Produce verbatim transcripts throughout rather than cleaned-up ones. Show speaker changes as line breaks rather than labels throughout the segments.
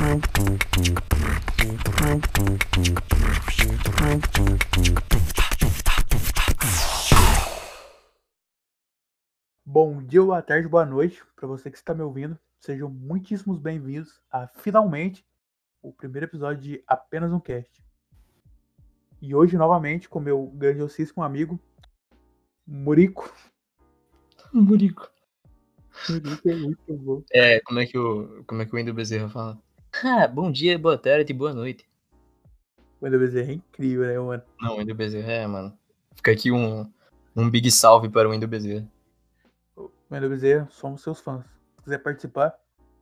Bom dia, boa tarde, boa noite para você que está me ouvindo. Sejam muitíssimos bem-vindos a, finalmente, o primeiro episódio de Apenas um Cast. E hoje, novamente, com meu grandiosíssimo amigo, Murico.
Murico.
Murico é muito bom.
É, como é que o, como é que o Wendel Bezerra fala? Ah, bom dia, boa tarde e boa noite.
O Wendel Bezerra é incrível, né, mano?
Não, o Wendel Bezerra é, mano. Fica aqui um, um big salve para o Wendel Bezerra.
O Wendel Bezerra, somos seus fãs. Se quiser participar...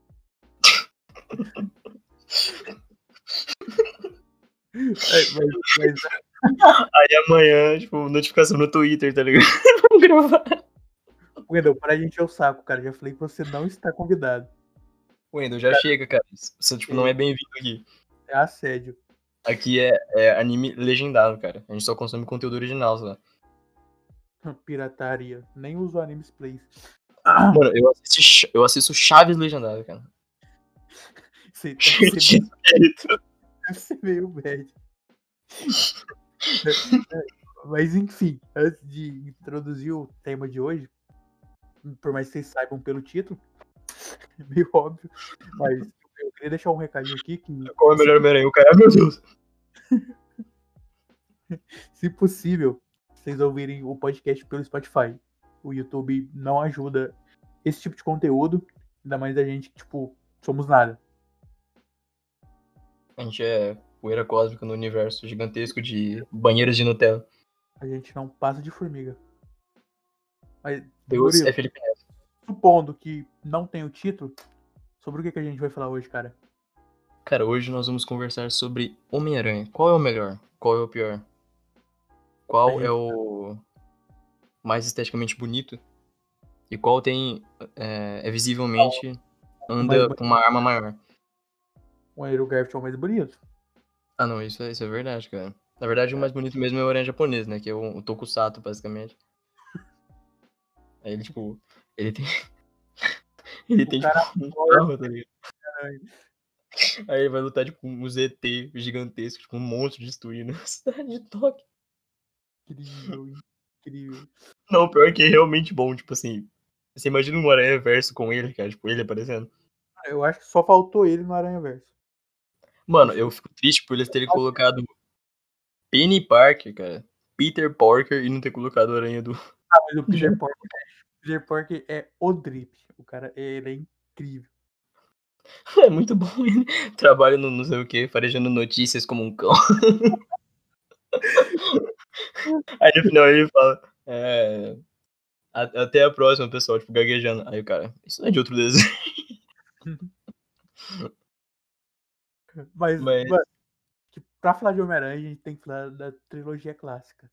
é, mas, mas...
Aí amanhã, tipo, notificação no Twitter, tá ligado? Vamos gravar.
Wendel, para a gente encher o saco, cara. Já falei que você não está convidado.
Wendel, já cara, chega, cara. Você, tipo, é... não é bem-vindo aqui.
É assédio.
Aqui é, é anime legendado, cara. A gente só consome conteúdo original, sabe?
Pirataria. Nem uso animes plays.
Mano, eu assisto, eu assisto Chaves legendado, cara.
Você deve ser meio, deve ser meio bad. Mas enfim, antes de introduzir o tema de hoje, por mais que vocês saibam pelo título, é meio óbvio, mas eu queria deixar um recadinho aqui que...
Qual é o melhor Homem-Aranha? O cara, meu Deus!
Se possível, vocês ouvirem o podcast pelo Spotify. O YouTube não ajuda esse tipo de conteúdo, ainda mais a gente que, tipo, somos nada.
A gente é poeira cósmica no universo gigantesco de banheiros de Nutella.
A gente não passa de formiga. Mas,
Deus
Murilo,
é Felipe Neto.
Supondo que não tem o título, sobre o que, que a gente vai falar hoje, cara?
Cara, hoje nós vamos conversar sobre Homem-Aranha. Qual é o melhor? Qual é o pior? Qual gente... é o mais esteticamente bonito? E qual tem é, é visivelmente anda com uma arma maior?
O Andrew Garfield é o mais bonito.
Ah, não, isso é, isso é verdade, cara. Na verdade, é. O mais bonito mesmo é o Aranha japonês, né? Que é o, o Tokusatsu, basicamente. Aí ele, tipo, ele tem... ele o tem, tipo, um carro, tá ligado? Aí ele vai lutar, tipo, um Z T gigantesco, tipo, um monstro destruindo a cidade de Tóquio.
Incrível, incrível.
Não, o pior é que é realmente bom, tipo assim... Você imagina um Aranha-Verso com ele, cara, tipo, ele aparecendo.
Eu acho que só faltou ele no Aranha-Verso.
Mano, eu fico triste por eles terem colocado Penny Parker, cara, Peter Parker, e não ter colocado a Aranha do...
Ah, mas o Peter Parker, o Peter Parker é o drip. O cara, ele é incrível.
É muito bom ele. Trabalha no não sei o que, farejando notícias como um cão. Aí no final ele fala, é... até a próxima, pessoal, tipo, gaguejando. Aí o cara, isso não é de outro desenho.
Mas,
Mas...
mano, tipo, pra falar de Homem-Aranha, a gente tem que falar da trilogia clássica.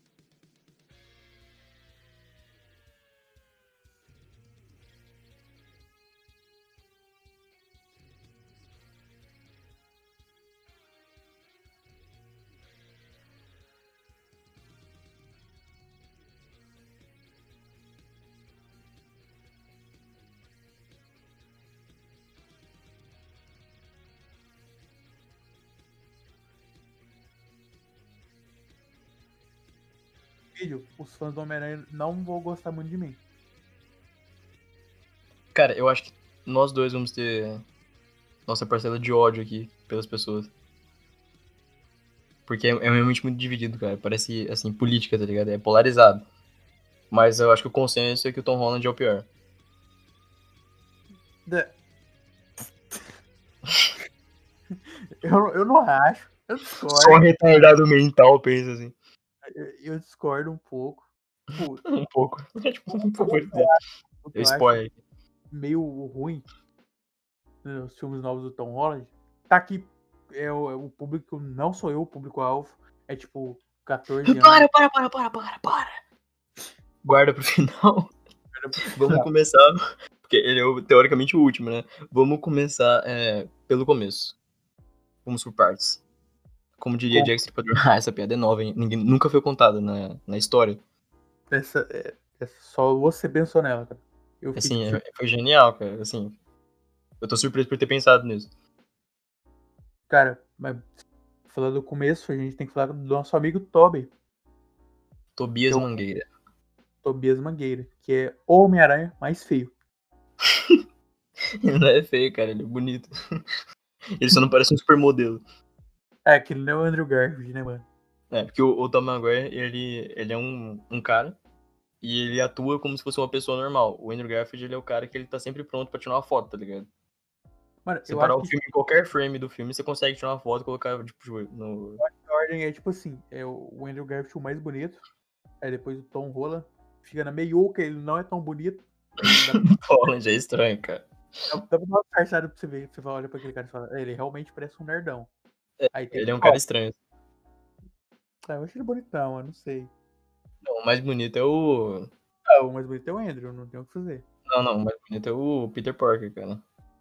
Filho, os fãs do Homem-Aranha não vão gostar muito de mim.
Cara, eu acho que nós dois vamos ter nossa parcela de ódio aqui pelas pessoas. Porque é, é realmente muito dividido, cara. Parece, assim, política, tá ligado? É polarizado. Mas eu acho que o consenso é que o Tom Holland é o pior.
Da... eu, eu não acho. Eu discordo.
Só um retardado mental pensa assim.
Eu, eu discordo um pouco.
Tipo, um pouco. É tipo, um pouco.
Eu
spoiler.
Meio ruim nos filmes novos do Tom Holland. Tá aqui, é o, é o público, não sou eu o público-alvo. É tipo catorze anos.
Para, para, para, para, para, para. Guarda pro final. Guarda pro final. Vamos começar. Porque ele é teoricamente o último, né? Vamos começar é, pelo começo. Vamos por partes. Como diria Jack Stripador, ah, essa piada é nova, hein? Ninguém, nunca foi contada na, na história.
Essa, é, é só você pensou nela, cara. Eu
Assim,
tipo...
é, foi genial, cara. Assim, eu tô surpreso por ter pensado nisso.
Cara, mas falando do começo, a gente tem que falar do nosso amigo Tobey.
Tobias
Que é o
Mangueira.
Tobias Mangueira, que é o Homem-Aranha mais feio.
Ele não é feio, cara, ele é bonito. Ele só não parece um supermodelo.
É, que ele não é o Andrew Garfield, né, mano?
É, porque o, o Tom Maguire, ele, ele é um, um cara e ele atua como se fosse uma pessoa normal. O Andrew Garfield, ele é o cara que ele tá sempre pronto pra tirar uma foto, tá ligado?
Mano,
Você
eu
parar
acho
o
que
filme, em qualquer frame do filme, você consegue tirar uma foto e colocar, tipo, no...
a ordem é tipo assim: é o Andrew Garfield o mais bonito, aí depois o Tom Holland fica na meiuca, ele não é tão bonito. Aí dá,
Holland é estranho, cara.
dá, dá pra dar uma disfarçada pra você ver. Você olha pra aquele cara e fala, "É, ele realmente parece um nerdão."
É,
Aí tem o
ele é um cara
Tom.
estranho.
Ah, eu acho ele bonitão, eu não sei.
Não, o mais bonito é o...
Ah, o mais bonito é o Andrew, não tem o que fazer.
Não, não, o mais bonito é o Peter Parker, cara.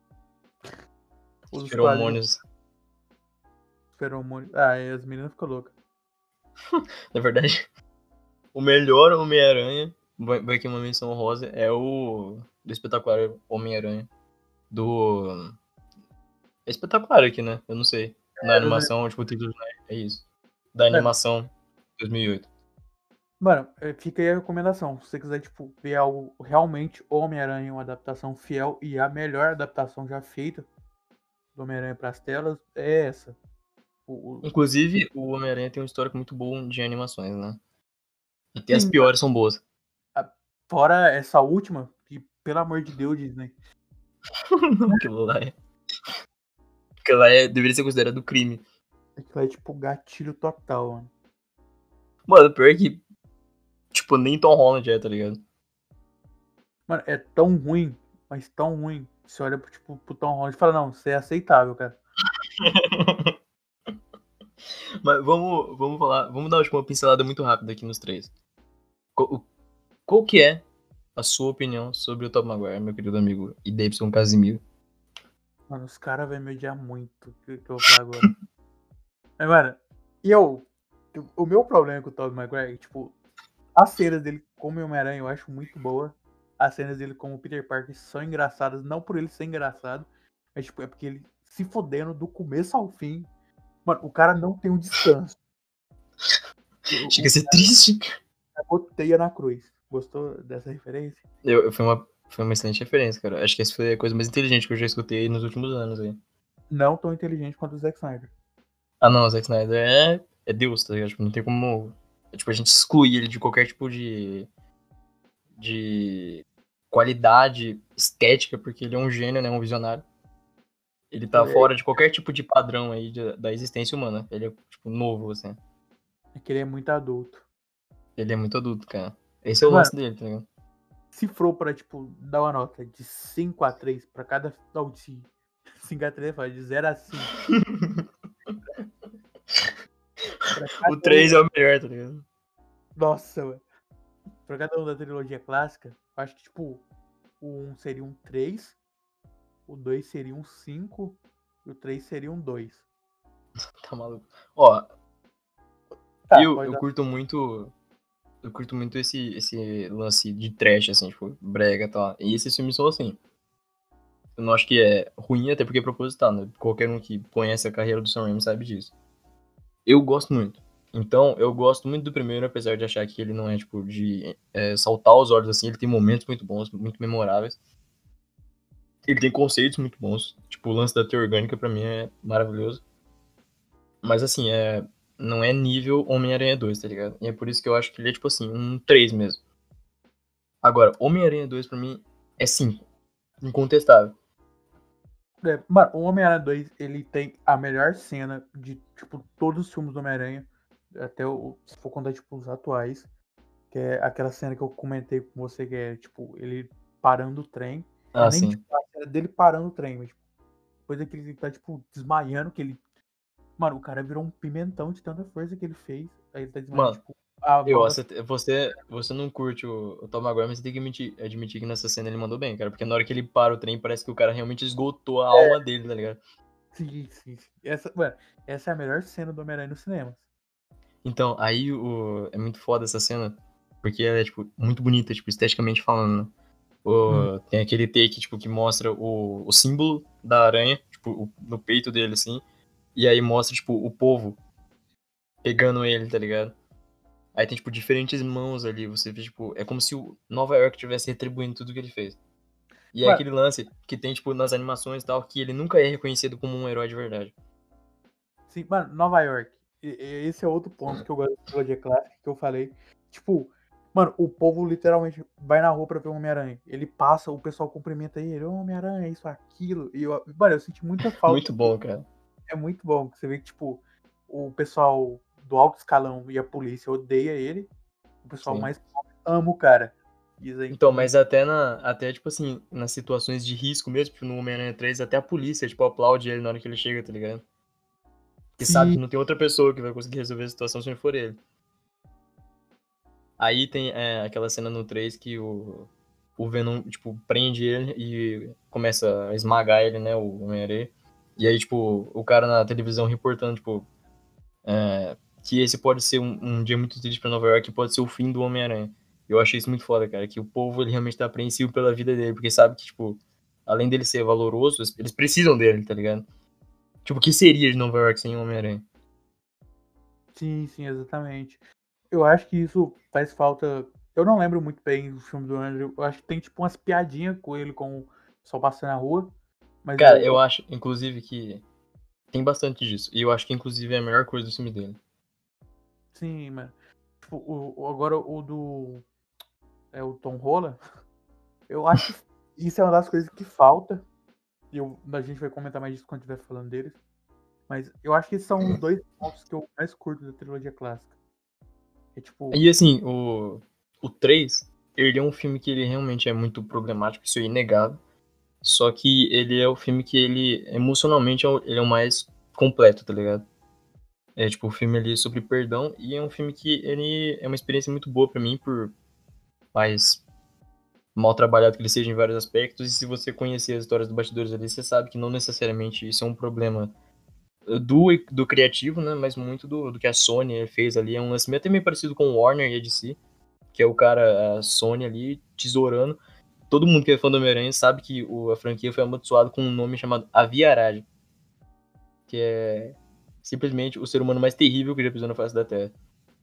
O
Os
dos quadrinhos,
feromônios...
feromônio. Ah, e as meninas ficam loucas.
Na verdade, o melhor Homem-Aranha, vai vai aqui uma menção rosa, é o do espetacular Homem-Aranha. Do... É espetacular aqui, né? Eu não sei. Na
É, dos-
animação, tipo, o título é isso. Da
Mano,
animação dois mil e oito.
mano, é, fica aí a recomendação. Se você quiser, tipo, ver algo realmente Homem-Aranha, uma adaptação fiel e a melhor adaptação já feita do Homem-Aranha pras telas, é essa. O, o-
Inclusive, o Homem-Aranha tem um histórico muito bom de animações, né? Até as
sim,
piores são boas.
a- fora essa última, que pelo amor de Deus, Disney.
Aquilo lá é. Aquilo lá é... deveria ser considerado crime.
Aquilo é tipo gatilho total, mano.
Mano, pior que, tipo, nem Tom Holland é, tá ligado?
Mano, é tão ruim, mas tão ruim. Você olha pro, tipo, pro Tom Holland e fala, não, isso é aceitável, cara.
Mas vamos, vamos falar, vamos dar tipo, uma pincelada muito rápida aqui nos três. Qual, qual que é a sua opinião sobre o Tobey Maguire, meu querido amigo E D Y Casimiro?
Mano, os caras vão me odiar muito, o que, que eu vou falar agora. Mas, mano, eu, o meu problema com o Tobey Maguire é, tipo, as cenas dele como Homem-Aranha eu acho muito boa. As cenas dele como Peter Parker são engraçadas, não por ele ser engraçado, mas tipo, é porque ele se fodendo do começo ao fim. Mano, o cara não tem um descanso.
Chega
O,
a ser triste.
cara boteia na cruz. Gostou dessa referência?
Eu, eu- foi, uma, foi uma excelente referência, cara. Acho que essa foi a coisa mais inteligente que eu já escutei nos últimos anos aí.
Não tão inteligente quanto o Zack Snyder.
Ah, não, o Zack Snyder é, é Deus, tá ligado? Tipo, não tem como. É, tipo, a gente excluir ele de qualquer tipo de. de qualidade estética, porque ele é um gênio, né? Um visionário. Ele tá
É,
fora de qualquer tipo de padrão aí de- da existência humana. Ele é, tipo, novo, assim.
é que ele é muito adulto.
Ele é muito adulto, cara. Esse é o
Mano,
lance dele, tá ligado?
se for pra, tipo, dar uma nota de cinco a três pra cada. Não, de cinco a três, fala, de zero a cinco. Pra
O
cada um.
três é o melhor, tá ligado?
Nossa, mano. Pra cada um da trilogia clássica, eu acho que, tipo, o um seria um três, o dois seria um cinco e o três seria um dois.
Tá maluco. Ó,
Tá,
eu,
pode
eu
dar.
curto muito. Eu curto muito esse, esse lance de trash, assim, tipo, brega e tal. E esses filmes são assim. Eu não acho que é ruim, até porque é proposital, né? Qualquer um que conhece a carreira do Sam Raimi sabe disso. Eu gosto muito. Então, eu gosto muito do primeiro, apesar de achar que ele não é, tipo, de é, saltar os olhos, assim. Ele tem momentos muito bons, muito memoráveis. Ele tem conceitos muito bons. Tipo, o lance da teia orgânica, pra mim, é maravilhoso. Mas, assim, é... não é nível Homem-Aranha dois, tá ligado? E é por isso que eu acho que ele é, tipo assim, um três mesmo. Agora, Homem-Aranha dois, pra mim, é cinco. Incontestável.
É, mano, o Homem-Aranha dois, ele tem a melhor cena de, tipo, todos os filmes do Homem-Aranha. Até o, se for contar, tipo, os atuais. Que é aquela cena que eu comentei com você, que é, tipo, ele parando o trem. Não é
Ah,
nem,
sim.
tipo, a cena dele parando o trem, mas, tipo, coisa que ele tá, tipo, desmaiando, que ele. Mano, o cara virou um pimentão de tanta força que ele fez. Aí ele tá desmaiando,
Mano,
tipo, a
eu,
mão da.
você, você, você não curte o, o Tom Maguire, mas você tem que admitir, admitir que nessa cena ele mandou bem, cara. Porque na hora que ele para o trem, parece que o cara realmente esgotou a alma dele, tá ligado?
Sim, sim, sim. Essa, mano, essa é a melhor cena do Homem-Aranha no cinema.
Então, aí o, é muito foda essa cena, porque ela é, tipo, muito bonita, tipo, esteticamente falando, né?
Hum.
O, tem aquele take, tipo, que mostra o, o símbolo da aranha, tipo, o- no peito dele, assim. E aí mostra, tipo, o povo pegando ele, tá ligado? Aí tem, tipo, diferentes mãos ali. Você vê, tipo, é como se o Nova York tivesse retribuindo tudo que ele fez. E é
Mano,
aquele lance que tem, tipo, nas animações e tal, que ele nunca é reconhecido como um herói de verdade.
sim, mano, Nova York. E- e Esse é outro ponto que eu gosto da trilogia clássica que eu falei. Tipo, mano, o povo literalmente vai na rua pra ver o Homem-Aranha. Ele passa, o pessoal cumprimenta ele, ô Homem-Aranha, isso, aquilo. E eu, mano, eu senti muita falta.
Muito bom, cara.
É muito bom. Você vê que, tipo, o pessoal do alto escalão e a polícia odeia ele. O pessoal
Sim.
mais pobre ama o cara. Isso é
Então,
muito.
mas até na, até, tipo assim, nas situações de risco mesmo, tipo, no Homem-Aranha três, até a polícia, tipo, aplaude ele na hora que ele chega, tá ligado? Porque sabe
Sim,
que não tem outra pessoa que vai conseguir resolver a situação se não for ele. Aí tem é, aquela cena no três que o, o Venom, tipo, prende ele e começa a esmagar ele, né, o Homem-Aranha. E aí, tipo, o cara na televisão reportando, tipo, é, que esse pode ser um, um dia muito triste pra Nova York, pode ser o fim do Homem-Aranha. Eu achei isso muito foda, cara, que o povo, ele realmente tá apreensivo pela vida dele, porque sabe que, tipo, além dele ser valoroso, eles precisam dele, tá ligado? Tipo, o que seria de Nova York sem o Homem-Aranha?
sim, sim, exatamente. Eu acho que isso faz falta. Eu não lembro muito bem do filme do Andrew. Eu acho que tem tipo umas piadinhas com ele, com o pessoal passando na rua. Mas
Cara,
eu,
eu
eu-
acho, inclusive, que tem bastante disso. E eu acho que, inclusive, é a melhor coisa do filme dele.
sim, mano. Tipo, o, o- agora o do. É o Tom Holland. Eu acho que isso é uma das coisas que falta. E eu, a gente vai comentar mais disso quando estiver falando deles. Mas eu acho que esses são os dois pontos que eu mais curto da trilogia clássica. É tipo,
E assim, o, o três, ele é um filme que ele realmente é muito problemático, isso é inegável. Só que ele é o filme que ele, emocionalmente, é o- ele é o mais completo, tá ligado? É tipo, o filme ali sobre perdão, e é um filme que ele é uma experiência muito boa pra mim, por mais mal trabalhado que ele seja em vários aspectos, e se você conhecer as histórias dos bastidores ali, você sabe que não necessariamente isso é um problema do, do criativo, né, mas muito do, do que a Sony fez ali, é um lance até meio parecido com o Warner e a D C, que é o cara, a Sony ali, tesourando. Todo mundo que é fã do Homem-Aranha sabe que o, a franquia foi amaldiçoada com um nome chamado Aviarad, que é simplesmente o ser humano mais terrível que já pisou na face da Terra.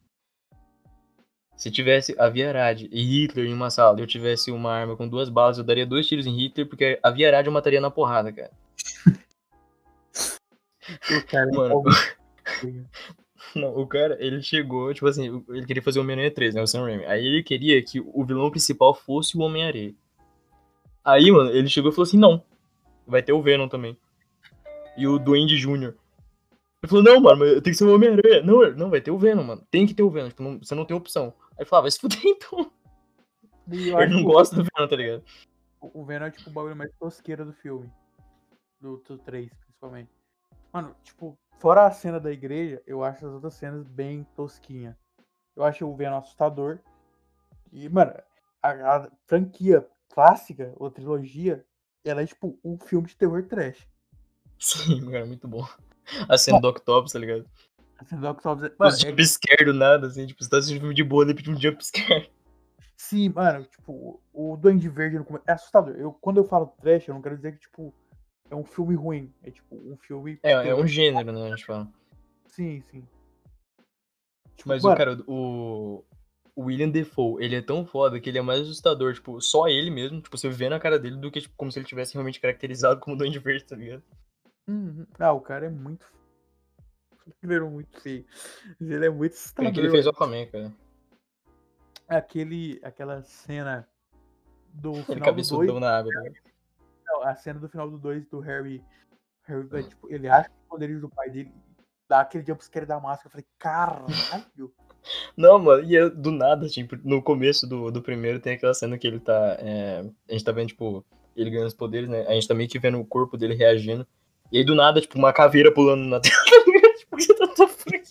Se tivesse Aviarad e Hitler em uma sala e eu tivesse uma arma com duas balas, eu daria dois tiros em Hitler, porque Aviarad eu mataria na porrada, cara.
o cara é
Mano,
realmente.
não, o cara, ele chegou, tipo assim, ele queria fazer o Homem-Aranha três, né, o Sam Raimi. Aí ele queria que o vilão principal fosse o Homem-Aranha. Aí, mano, ele chegou e falou assim, não, vai ter o Venom também. E o Duende Júnior Ele falou, não, mano, mas tem que ser o Homem-Aranha. Não, não, vai ter o Venom, mano. Tem que ter o Venom, tipo, não- você não tem opção. Aí ele falou, ah, vai se fuder então.
E eu
Ele
acho
não
que o
gosta do Venom, tá ligado?
O Venom é tipo o bagulho mais tosqueiro do filme. Do, do três, principalmente. Mano, tipo, fora a cena da igreja, eu acho as outras cenas bem tosquinhas. Eu acho o Venom assustador. E, mano, a, a franquia clássica, ou trilogia, ela é tipo um filme de terror trash.
Sim, cara, muito bom. A cena
Mano,
do Octopus, tá ligado?
a cena do Octopus é- mano,
Os
é,
jumpscare do nada, assim, tipo, você tá assistindo filme de boa, de repente um jumpscare.
sim, mano, tipo, o Duende Verde no começo é assustador. Eu, quando eu falo trash, eu não quero dizer que, tipo, é um filme ruim. É tipo um filme
É,
de
é um
terror.
gênero, né, a gente fala.
Sim, sim. Tipo,
Mas o
mano,
cara, o, o William Defoe, ele é tão foda que ele é mais assustador, tipo, só ele mesmo, tipo, você vê na cara dele do que, tipo, como se ele tivesse realmente caracterizado como Duende Verde, tá ligado?
uhum. Ah, o cara é muito. Ele é muito feio. Ele é muito
Aquele que ele
assustador,
fez o
mano.
Aquaman, cara.
Aquele, aquela cena do
Ele
final do dois.
cabeçudão na água, tá ligado?
Não, a cena do final do dois do Harry. Harry é, tipo, ele acha que os poderes do pai dele dá aquele jumpscare da máscara. Eu falei, caralho.
Não, mano, e é do nada, tipo, no começo do, do primeiro tem aquela cena que ele tá. É, a gente tá vendo, tipo, ele ganhando os poderes, né? A gente tá meio que vendo o corpo dele reagindo. E aí do nada, tipo, uma caveira pulando na tela, tá ligado? Tipo, que tá tão frio.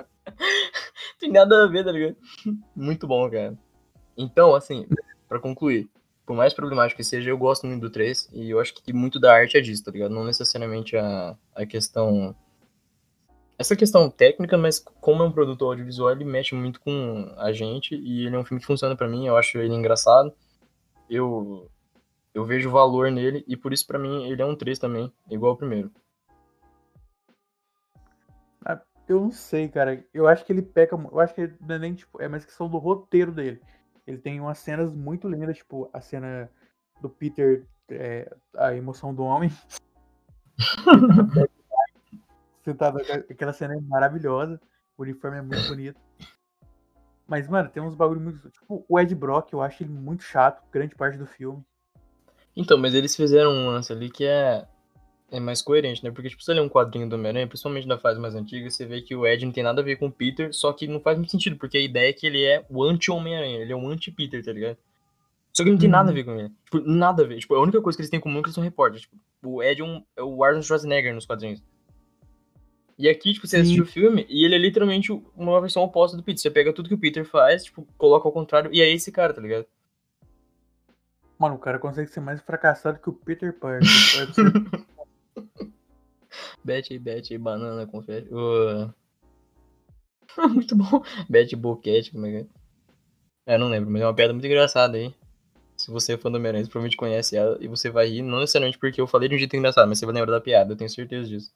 Tem nada a ver, tá ligado? Muito bom, cara. Então, assim, pra concluir, por mais problemático que seja, eu gosto muito do três e eu acho que muito da arte é disso, tá ligado? Não necessariamente a, a questão. Essa questão técnica, mas como é um produto audiovisual, ele mexe muito com a gente e ele é um filme que funciona pra mim, eu acho ele engraçado, eu, eu vejo valor nele e por isso pra mim ele é um três também, igual ao primeiro.
Ah, eu não sei, cara. Eu acho que ele peca. mu- Eu acho que não é nem, tipo, é mais questão do roteiro dele. Ele tem umas cenas muito lindas, tipo, a cena do Peter, é, a emoção do homem, tentando sentado. Aquela cena é maravilhosa. O uniforme é muito bonito. Mas, mano, tem uns bagulho muito. Tipo, o Ed Brock, eu acho ele muito chato, grande parte do filme.
Então, mas eles fizeram um lance ali que é, é mais coerente, né? Porque, tipo, se você ler um quadrinho do Homem-Aranha, principalmente da fase mais antiga, você vê que o Ed não tem nada a ver com o Peter, só que não faz muito sentido, porque a ideia é que ele é o anti-Homem-Aranha, ele é o anti-Peter, tá ligado? Só que não tem nada a
Uhum.
ver com ele. Tipo, nada a ver. Tipo, a única coisa que eles têm em comum é que eles são repórteres. Tipo, o Ed é, um, é o Arnold Schwarzenegger nos quadrinhos. E aqui, tipo, você assiste
Sim.
o filme e ele é literalmente uma versão oposta do Peter. Você pega tudo que o Peter faz, tipo, coloca ao contrário, e é esse cara, tá ligado?
Mano, o cara consegue ser mais fracassado que o Peter Parker. Olha pra você.
Betty, Betty, banana, confere. Uh... muito bom. Betty Boquete, como é que é? É, não lembro, mas é uma piada muito engraçada aí. Se você é fã do Homem-Aranha, você provavelmente conhece ela e você vai rir, não necessariamente porque eu falei de um jeito engraçado, mas você vai lembrar da piada, eu tenho certeza disso.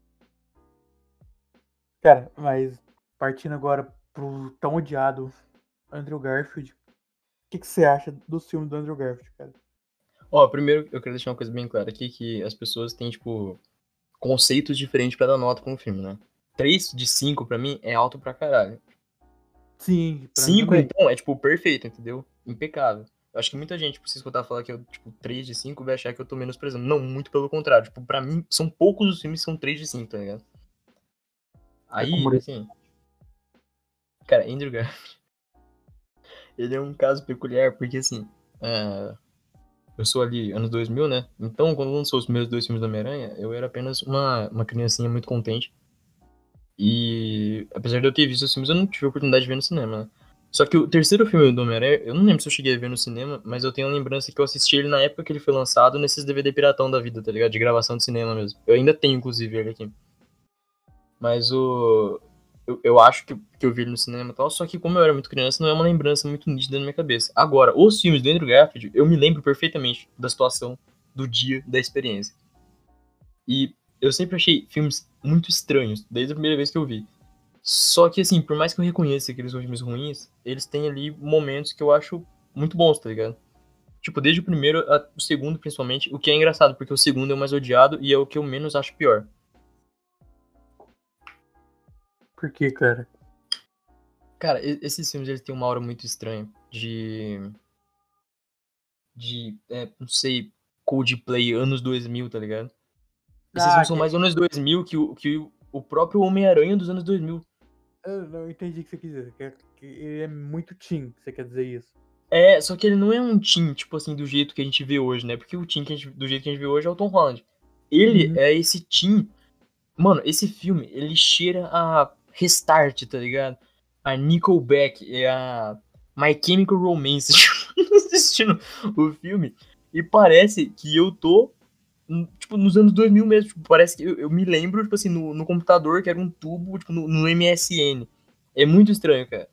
Cara, mas partindo agora pro tão odiado Andrew Garfield. O que, que você acha do filme do Andrew Garfield, cara?
Ó, primeiro eu quero deixar uma coisa bem clara aqui, que as pessoas têm, tipo, conceitos diferentes pra dar nota com o filme, né? Três de cinco pra mim é alto pra caralho.
Sim, pra mim
Cinco
também.
então, é, tipo, perfeito, entendeu? Impecável. Eu acho que muita gente, tipo, se escutar falar que eu, tipo, três de cinco vai achar que eu tô menosprezando. Não, muito pelo contrário. Tipo, pra mim, são poucos os filmes que são três de cinco, tá ligado?
É como
Aí, assim, cara, Andrew Garfield, ele é um caso peculiar, porque, assim, é, eu sou ali, anos dois mil, né? Então, quando lançou os primeiros dois filmes do Homem-Aranha, eu era apenas uma, uma criancinha muito contente. E, apesar de eu ter visto os filmes, eu não tive a oportunidade de ver no cinema, né? Só que o terceiro filme do Homem-Aranha, eu não lembro se eu cheguei a ver no cinema, mas eu tenho a lembrança que eu assisti ele na época que ele foi lançado, nesses D V D piratão da vida, tá ligado? De gravação de cinema mesmo. Eu ainda tenho, inclusive, ele aqui. Mas o... Eu, eu acho que, que eu vi ele no cinema e tal, só que como eu era muito criança, não é uma lembrança muito nítida na minha cabeça. Agora, os filmes do Andrew Garfield, eu me lembro perfeitamente da situação, do dia, da experiência. E eu sempre achei filmes muito estranhos, desde a primeira vez que eu vi. Só que, assim, por mais que eu reconheça que eles são filmes ruins, eles têm ali momentos que eu acho muito bons, tá ligado? Tipo, desde o primeiro ao segundo, principalmente, o que é engraçado, porque o segundo é o mais odiado e é o que eu menos acho pior.
Por quê, cara?
Cara, e- esses filmes, eles têm uma aura muito estranha de... de, é, não sei, Coldplay, anos dois mil, tá ligado? Esses
Ah,
filmes são
que...
mais anos dois mil que o, que o próprio Homem-Aranha dos anos dois mil.
eu não entendi o que você quis dizer. Que, é- que ele é muito teen, você quer dizer isso.
É, só que ele não é um Tim, tipo assim, do jeito que a gente vê hoje, né? Porque o Tim que a gente- do jeito que a gente vê hoje é o Tom Holland. Ele
Uhum.
é esse Tim. Mano, esse filme, ele cheira a Restart, tá ligado? A Nickelback, é a My Chemical Romance. Tipo, assistindo o filme. E parece que eu tô, hum, tipo, nos anos dois mil mesmo. Tipo, parece que eu, eu me lembro, tipo assim, no, no computador, que era um tubo, tipo, no, no M S N. É muito estranho, cara.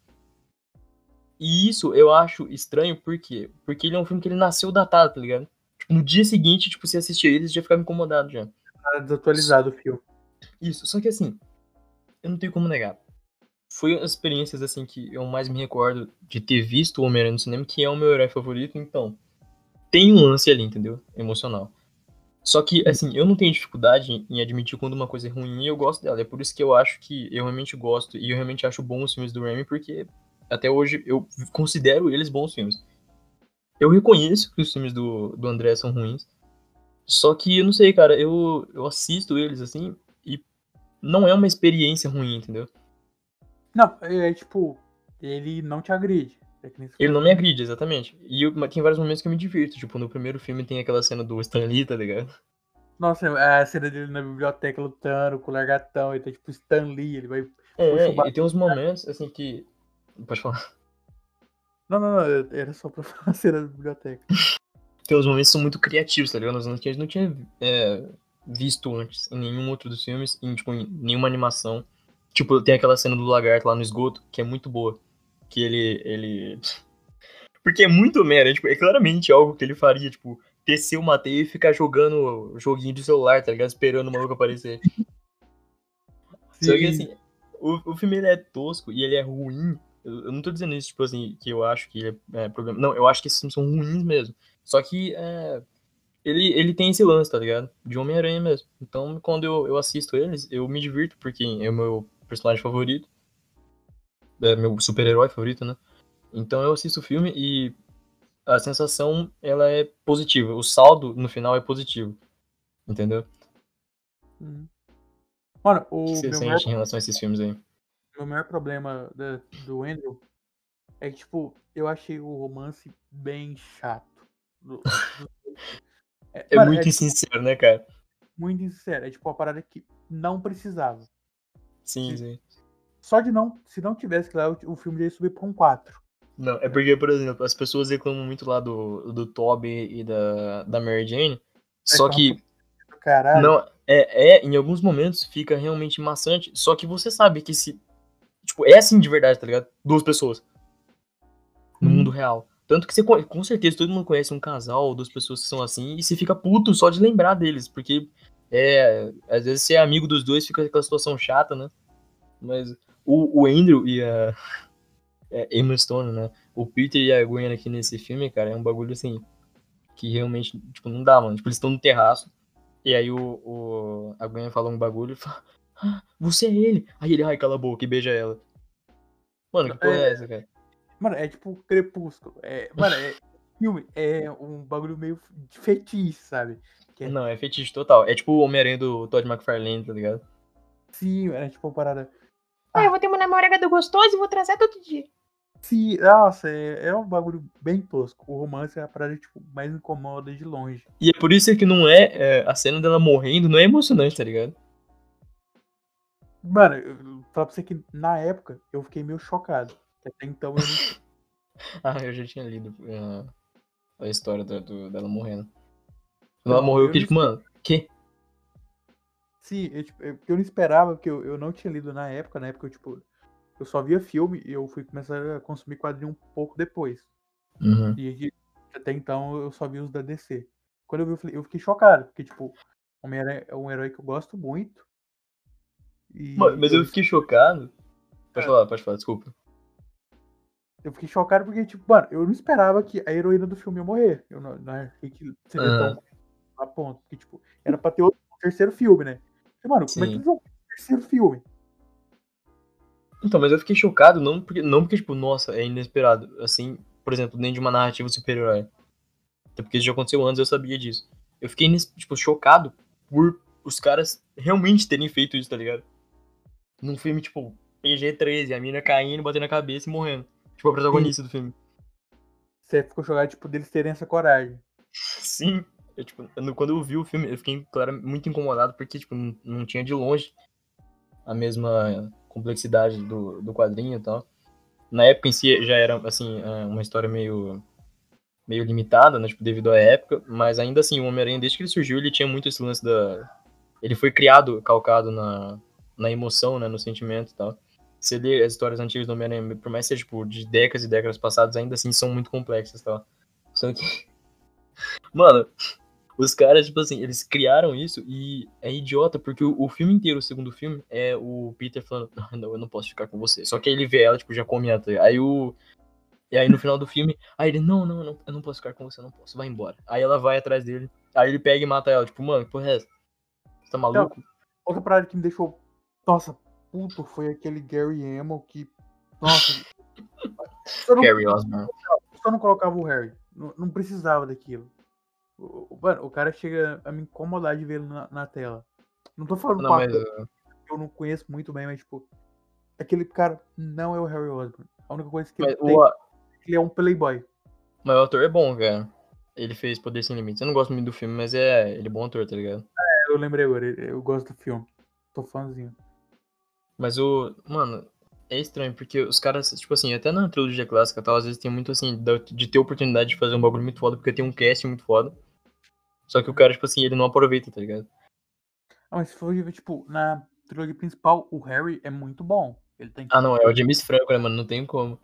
E isso eu acho estranho, por quê? Porque ele é um filme que ele nasceu datado, tá ligado? Tipo, no dia seguinte, tipo, você assistia ele, você já ficava incomodado já.
Tá desatualizado o filme.
Isso, só que assim, eu não tenho como negar. Foi as experiências, assim, que eu mais me recordo de ter visto o Homem-Aranha no cinema, que é o meu herói favorito, então tem um lance ali, entendeu? Emocional. Só que,
Hum.
assim, eu não tenho dificuldade em admitir quando uma coisa é ruim e eu gosto dela. É por isso que eu acho que eu realmente gosto e eu realmente acho bons os filmes do Raimi, porque até hoje eu considero eles bons filmes. Eu reconheço que os filmes do, do André são ruins. Só que eu não sei, cara, eu, eu assisto eles assim e não é uma experiência ruim, entendeu?
Não, é tipo, ele não te agride. É que nem você
Ele
falou
não
que
me
não.
agride, exatamente. E eu, mas tem vários momentos que eu me divirto. Tipo, no primeiro filme tem aquela cena do Stan Lee, tá ligado?
Nossa, a cena dele na biblioteca lutando com o largatão, ele tá tipo Stan Lee, ele vai, puxa
É,
o
e tem
bastão.
uns momentos, assim, que. Pode falar.
Não, não, não, era só pra falar a cena da biblioteca.
Tem uns momentos que são muito criativos, tá ligado? Uns momentos que a gente não tinha é, visto antes em nenhum outro dos filmes, em, tipo, em nenhuma animação. Tipo, tem aquela cena do lagarto lá no esgoto, que é muito boa. Que ele, ele Porque é muito Homem-Aranha, tipo, é claramente algo que ele faria, tipo, tecer uma teia e ficar jogando joguinho de celular, tá ligado? Esperando o maluco aparecer. Só que assim, o, o filme ele é tosco e ele é ruim. Eu, eu não tô dizendo isso, tipo assim, que eu acho que ele é, é problema. Não, eu acho que esses filmes são ruins mesmo. Só que é, ele, ele tem esse lance, tá ligado? De Homem-Aranha mesmo. Então, quando eu, eu assisto eles, eu me divirto, porque é o meu personagem favorito. É meu super-herói favorito, né? Então eu assisto o filme e a sensação, ela é positiva. O saldo, no final, é positivo. Entendeu?
Uhum. Mano,
O que
o
você
meu maior,
sente em relação a esses filmes aí?
meu maior problema da- do Andrew é que, tipo, eu achei o romance bem chato. Do- do- é,
É
mano, é
muito
tipo,
insincero, né, cara?
muito sincero. É tipo uma parada que não precisava.
Sim,
Se,
sim.
só de não, se não tivesse que lá, o, o filme já ia subir pra um quatro.
Não, é porque, por exemplo, as pessoas reclamam muito lá do, do Tobey e da, da Mary Jane,
Vai
só
ficar uma
que,
puta do caralho.
não, é, é, em alguns momentos fica realmente maçante, só que você sabe que se, tipo, é assim de verdade, tá ligado? Duas pessoas no mundo
Hum.
real. Tanto que você, con- com certeza, todo mundo conhece um casal ou duas pessoas que são assim, e você fica puto só de lembrar deles, porque, é, às vezes você é amigo dos dois, fica aquela situação chata, né? Mas o, o Andrew e a é, Emma Stone, né? O Peter e a Gwen aqui nesse filme, cara, é um bagulho assim, que realmente, tipo, não dá, mano. Tipo, eles estão no terraço, e aí o, o a Gwen fala um bagulho e fala, ah, você é ele. Aí ele, ai, cala a boca e beija ela. Mano, que porra é
É,
essa, cara?
mano, é tipo Crepúsculo. É, mano, é filme, é um bagulho meio de fetiche, sabe? Que é,
Não, é fetiche total. É tipo o Homem-Aranha do Todd McFarlane, tá ligado?
sim, é tipo uma parada.
Ah, eu
Ah,
vou ter uma namorada gostosa e vou transar todo dia.
sim, nossa, é, é um bagulho bem tosco. O romance é a parada que tipo, mais incomoda de longe.
E é por isso que não é, é, a cena dela morrendo não é emocionante, tá ligado?
Mano, eu vou falar pra você que na época eu fiquei meio chocado. Até então eu não tinha.
Ah, eu já tinha lido uh, a história do, do- dela morrendo. Quando ela
Então,
morreu, eu
eu
fiquei
não
tipo, mano, que?
sim, eu, tipo, eu, eu não esperava, porque eu, eu não tinha lido na época, na época eu, tipo, eu só via filme e eu fui começar a consumir quadrinho um pouco depois.
Uhum.
E de- até então eu só vi os da D C. Quando eu vi, eu, falei- eu fiquei chocado, porque, tipo, Homem-Aranha é um herói que eu gosto muito.
Mano,
E
mas
eu
eu
vi.
fiquei chocado. Pode
É,
falar, pode falar, desculpa.
eu fiquei chocado porque, tipo, mano, eu não esperava que a heroína do filme ia morrer. Eu não, não achei que seria
Aham,
tão a ponto. Porque, tipo, era pra ter outro, um terceiro filme, né? E, mano, como é que
sim.
eles vão ter um terceiro filme?
Então, mas eu fiquei chocado não porque, não porque, tipo, nossa, é inesperado. Assim, por exemplo, dentro de uma narrativa super-herói. Até porque isso já aconteceu antes, eu sabia disso. Eu fiquei, ines- tipo, chocado por os caras realmente terem feito isso, tá ligado? Num filme, tipo, P G treze, a mina caindo, batendo a cabeça e morrendo. Tipo, a
E
protagonista do filme.
você ficou chocado, tipo, deles terem essa coragem.
Sim. Eu, tipo, eu- quando eu vi o filme, eu fiquei, claro, muito incomodado porque, tipo, não, não tinha de longe a mesma complexidade do, do quadrinho e tal. Na época em si já era, assim, é, uma história meio, meio limitada, né, tipo, devido à época, mas ainda assim, o Homem-Aranha, desde que ele surgiu, ele tinha muito esse lance da... Ele foi criado, calcado na, na emoção, né, no sentimento e tal. Você lê as histórias antigas do Homem-Aranha, por mais que seja, tipo, de décadas e décadas passadas, ainda assim são muito complexas e tal. Só que, mano, os caras, tipo assim, eles criaram isso e é idiota, porque o, o filme inteiro, o segundo filme, é o Peter falando, "Ah, não, eu não posso ficar com você." Só que aí ele vê ela, tipo, já come ela. Tá ligado? Aí o, e aí no final do filme, aí ele, não, não, não, eu não posso ficar com você, eu não posso, vai embora. Aí ela vai atrás dele, aí ele pega e mata ela, tipo, mano, que porra é essa? Você tá
Então,
maluco?
outra parada que me deixou, nossa, puto foi aquele Gary Hamel que, nossa, só não,
Harry Osborn.
só não colocava o Harry. Não, não precisava daquilo. O, o- mano, o cara chega a me incomodar de ver ele na, na tela. Não tô falando
Não,
com a
mas,
ator, que eu não conheço muito bem, mas, tipo, aquele cara não é o Harry Osborn. A única coisa que ele
mas,
tem
o,
é que ele é um playboy.
mas o ator é bom, cara. Ele fez Poder Sem Limites. Eu não gosto muito do filme, mas é, ele é bom ator, tá ligado?
É, eu lembrei agora, eu gosto do filme. Tô fãzinho.
Mas o, mano, é estranho, porque os caras, tipo assim, até na trilogia clássica, tal, às vezes tem muito assim, da- de ter oportunidade de fazer um bagulho muito foda, porque tem um cast muito foda. Só que o cara, tipo assim, ele não aproveita, tá ligado?
Ah, mas se for ver, tipo, na trilogia principal, o Harry é muito bom. Ele tem,
Ah,
tipo,
não, é o James Franco, né, mano? Não tem como.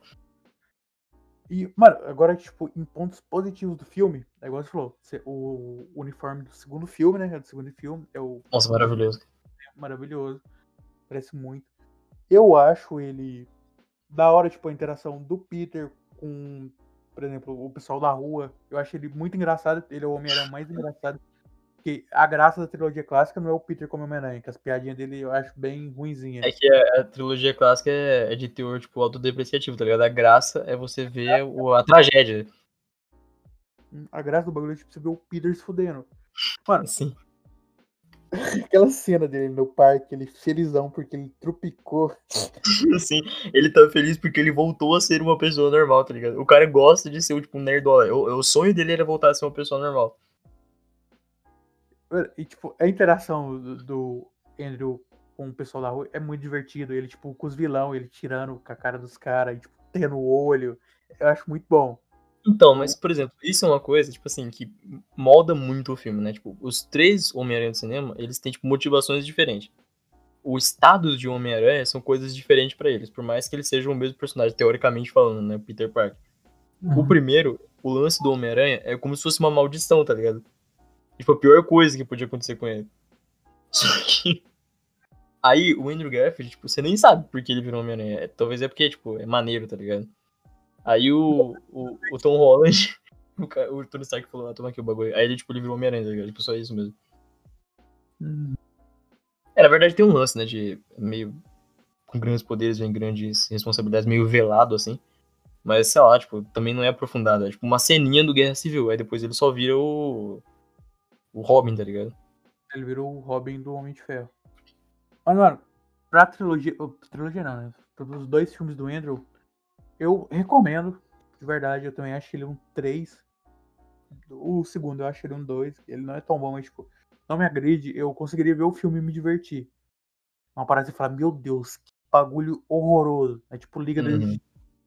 e, mano, agora, tipo, em pontos positivos do filme, é igual você falou, você- o uniforme do segundo filme, né? É do segundo filme, é o
Nossa,
azul
maravilhoso.
maravilhoso. parece muito. Eu acho ele da hora, tipo, a interação do Peter com, por exemplo, o pessoal da rua. Eu acho ele muito engraçado. Ele é o Homem-Aranha mais engraçado. Porque a graça da trilogia clássica não é o Peter como Homem-Aranha, que as piadinhas dele eu acho bem ruinzinha.
É que a, a trilogia clássica é, é de teor, tipo, autodepreciativo, tá ligado? A graça é você ver o, a tragédia.
A graça do bagulho é tipo, você ver o Peter se fudendo. Mano,
Assim.
aquela cena dele no parque, ele felizão porque ele tropicou.
Assim, ele tá feliz porque ele voltou a ser uma pessoa normal, tá ligado? O cara gosta de ser, tipo, um nerdola. O, o sonho dele era voltar a ser uma pessoa normal.
E, tipo, a interação do, do Andrew com o pessoal da rua é muito divertido. Ele, tipo, com os vilão, ele tirando com a cara dos caras, tipo, tendo o olho. Eu acho muito bom.
Então, mas, por exemplo, isso é uma coisa, tipo assim, que molda muito o filme, né? Tipo, os três Homem-Aranha do cinema, eles têm, tipo, motivações diferentes. Os estados de Homem-Aranha são coisas diferentes pra eles, por mais que eles sejam o mesmo personagem, teoricamente falando, né? Peter Parker.
Uhum.
O primeiro, o lance do Homem-Aranha é como se fosse uma maldição, tá ligado? Tipo, a pior coisa que podia acontecer com ele. Só que... Aí, o Andrew Garfield, tipo, você nem sabe por que ele virou Homem-Aranha. Talvez é porque, tipo, é maneiro, tá ligado? Aí o, o, o Tom Holland, o, cara, o Tony Stark falou, ah, toma aqui o bagulho. Aí ele, tipo, ele virou Homem-Aranha, tá ligado? Tipo, só isso mesmo.
Uhum.
É, na verdade tem um lance, né, de meio... Com grandes poderes vem grandes responsabilidades, meio velado, assim. Mas, sei lá, tipo, também não é aprofundado. É tipo uma ceninha do Guerra Civil. Aí depois ele só vira o... O Robin, tá ligado?
Ele virou o Robin do Homem de Ferro. Mas, mano, pra trilogia... oh, trilogia não, né? Os dois filmes do Andrew, eu recomendo. De verdade, eu também acho ele um três. O segundo eu acho ele um dois. Ele não é tão bom, mas, tipo, não me agride. Eu conseguiria ver o filme e me divertir. Uma parada e falar, meu Deus, que bagulho horroroso. É tipo Liga da
Uhum.
Justiça.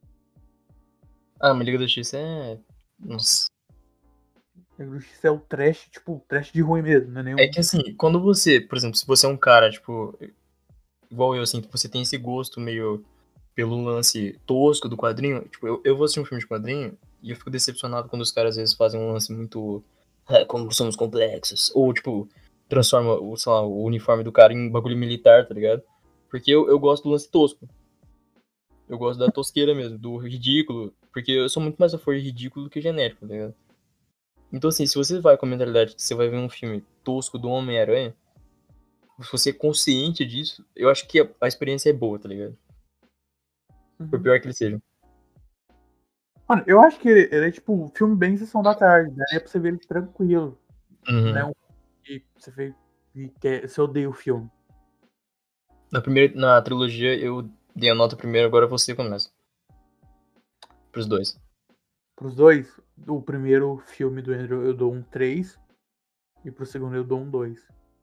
Ah, mas Liga da Justiça é... Nossa.
Liga da Justiça é o trash, tipo, trash de ruim mesmo, não é nenhum.
É que assim, quando você, por exemplo, se você é um cara, tipo, igual eu, assim, que você tem esse gosto meio pelo lance tosco do quadrinho, tipo, eu, eu vou assistir um filme de quadrinho e eu fico decepcionado quando os caras às vezes fazem um lance muito, ah, como somos complexos, ou, tipo, transforma, o, sei lá, o uniforme do cara em bagulho militar, tá ligado? Porque eu, eu gosto do lance tosco. Eu gosto da tosqueira mesmo, do ridículo, porque eu sou muito mais a favor de ridículo do que genérico, tá ligado? Então, assim, se você vai com a mentalidade que você vai ver um filme tosco do Homem-Aranha, se você é consciente disso, eu acho que a, a experiência é boa, tá ligado? Por
Uhum.
pior que ele seja.
Mano, eu acho que ele, ele é tipo um filme bem sessão da tarde, né? É pra você ver ele tranquilo.
Uhum.
Não é um que você vê e quer, você odeia o filme.
Na, primeira, na trilogia, eu dei a nota primeiro, agora você começa. Pros dois.
Pros dois, o primeiro filme do Andrew eu dou um três e pro segundo eu dou um dois.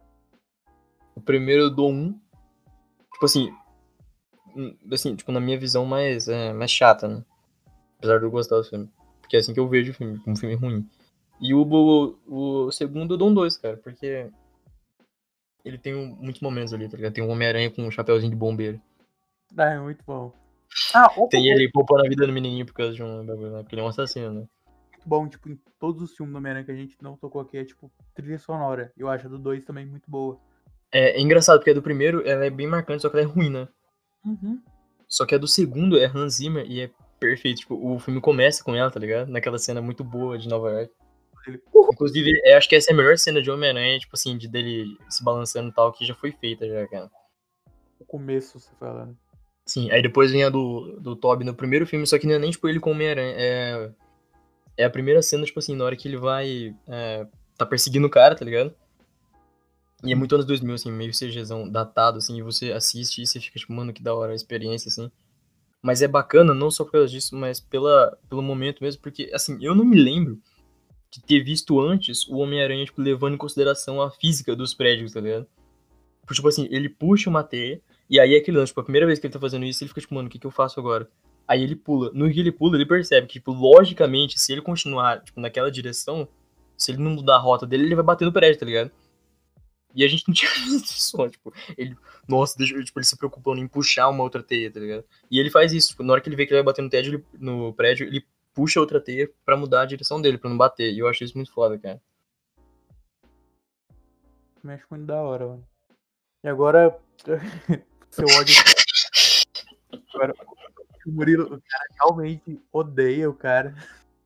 O primeiro eu dou um. Tipo assim. Assim, tipo, na minha visão mais, é, mais chata, né? Apesar de eu gostar do filme. Porque é assim que eu vejo o filme, um filme ruim. E o, o, o segundo eu dou um dois, cara, porque ele tem um, muitos momentos ali, tá ligado? Tem um Homem-Aranha com um chapéuzinho de bombeiro.
Ah, é muito bom. Ah, outra
Tem
coisa
ele poupando a vida do menininho por causa de um bagulho, né? Porque ele é um assassino, né?
muito bom, tipo, em todos os filmes do Homem-Aranha que a gente não tocou aqui é, tipo, trilha sonora. Eu acho a do dois também muito boa.
É, é engraçado, porque a do primeiro ela é bem marcante, só que ela é ruim, né?
Uhum.
Só que a do segundo é Hans Zimmer e é perfeito. Tipo, o filme começa com ela, tá ligado? Naquela cena muito boa de Nova York.
Ele, uhul,
Inclusive, eu acho que essa é a melhor cena de Homem-Aranha, tipo assim, de dele se balançando e tal, que já foi feita já, cara.
o começo, você falando.
Sim, aí depois vem a do, do Tobey no primeiro filme, só que não é nem, tipo, ele com o Homem-Aranha. É, é a primeira cena, tipo assim, na hora que ele vai... É, tá perseguindo o cara, tá ligado? E é muito anos dois mil, assim, meio CGzão datado, assim, e você assiste e você fica, tipo, mano, que da hora a experiência, assim. Mas é bacana, não só por causa disso, mas pela, pelo momento mesmo, porque, assim, eu não me lembro de ter visto antes o Homem-Aranha, tipo, levando em consideração a física dos prédios, tá ligado? Porque, tipo assim, ele puxa uma teia, e aí é aquele lance, tipo, a primeira vez que ele tá fazendo isso, ele fica, tipo, mano, o que que eu faço agora? Aí ele pula. No que ele pula, ele percebe que, tipo, logicamente, se ele continuar, tipo, naquela direção, se ele não mudar a rota dele, ele vai bater no prédio, tá ligado? E a gente não tinha visto isso, ó, tipo, ele, nossa, deixa, tipo, ele se preocupando em puxar uma outra teia, tá ligado? E ele faz isso, tipo, na hora que ele vê que ele vai bater no prédio, ele, no prédio, ele puxa outra teia pra mudar a direção dele, pra não bater. E eu achei isso muito foda, cara.
Me acho muito da hora, mano. E agora, seu ódio. Agora, o Murilo, o cara realmente odeia o cara.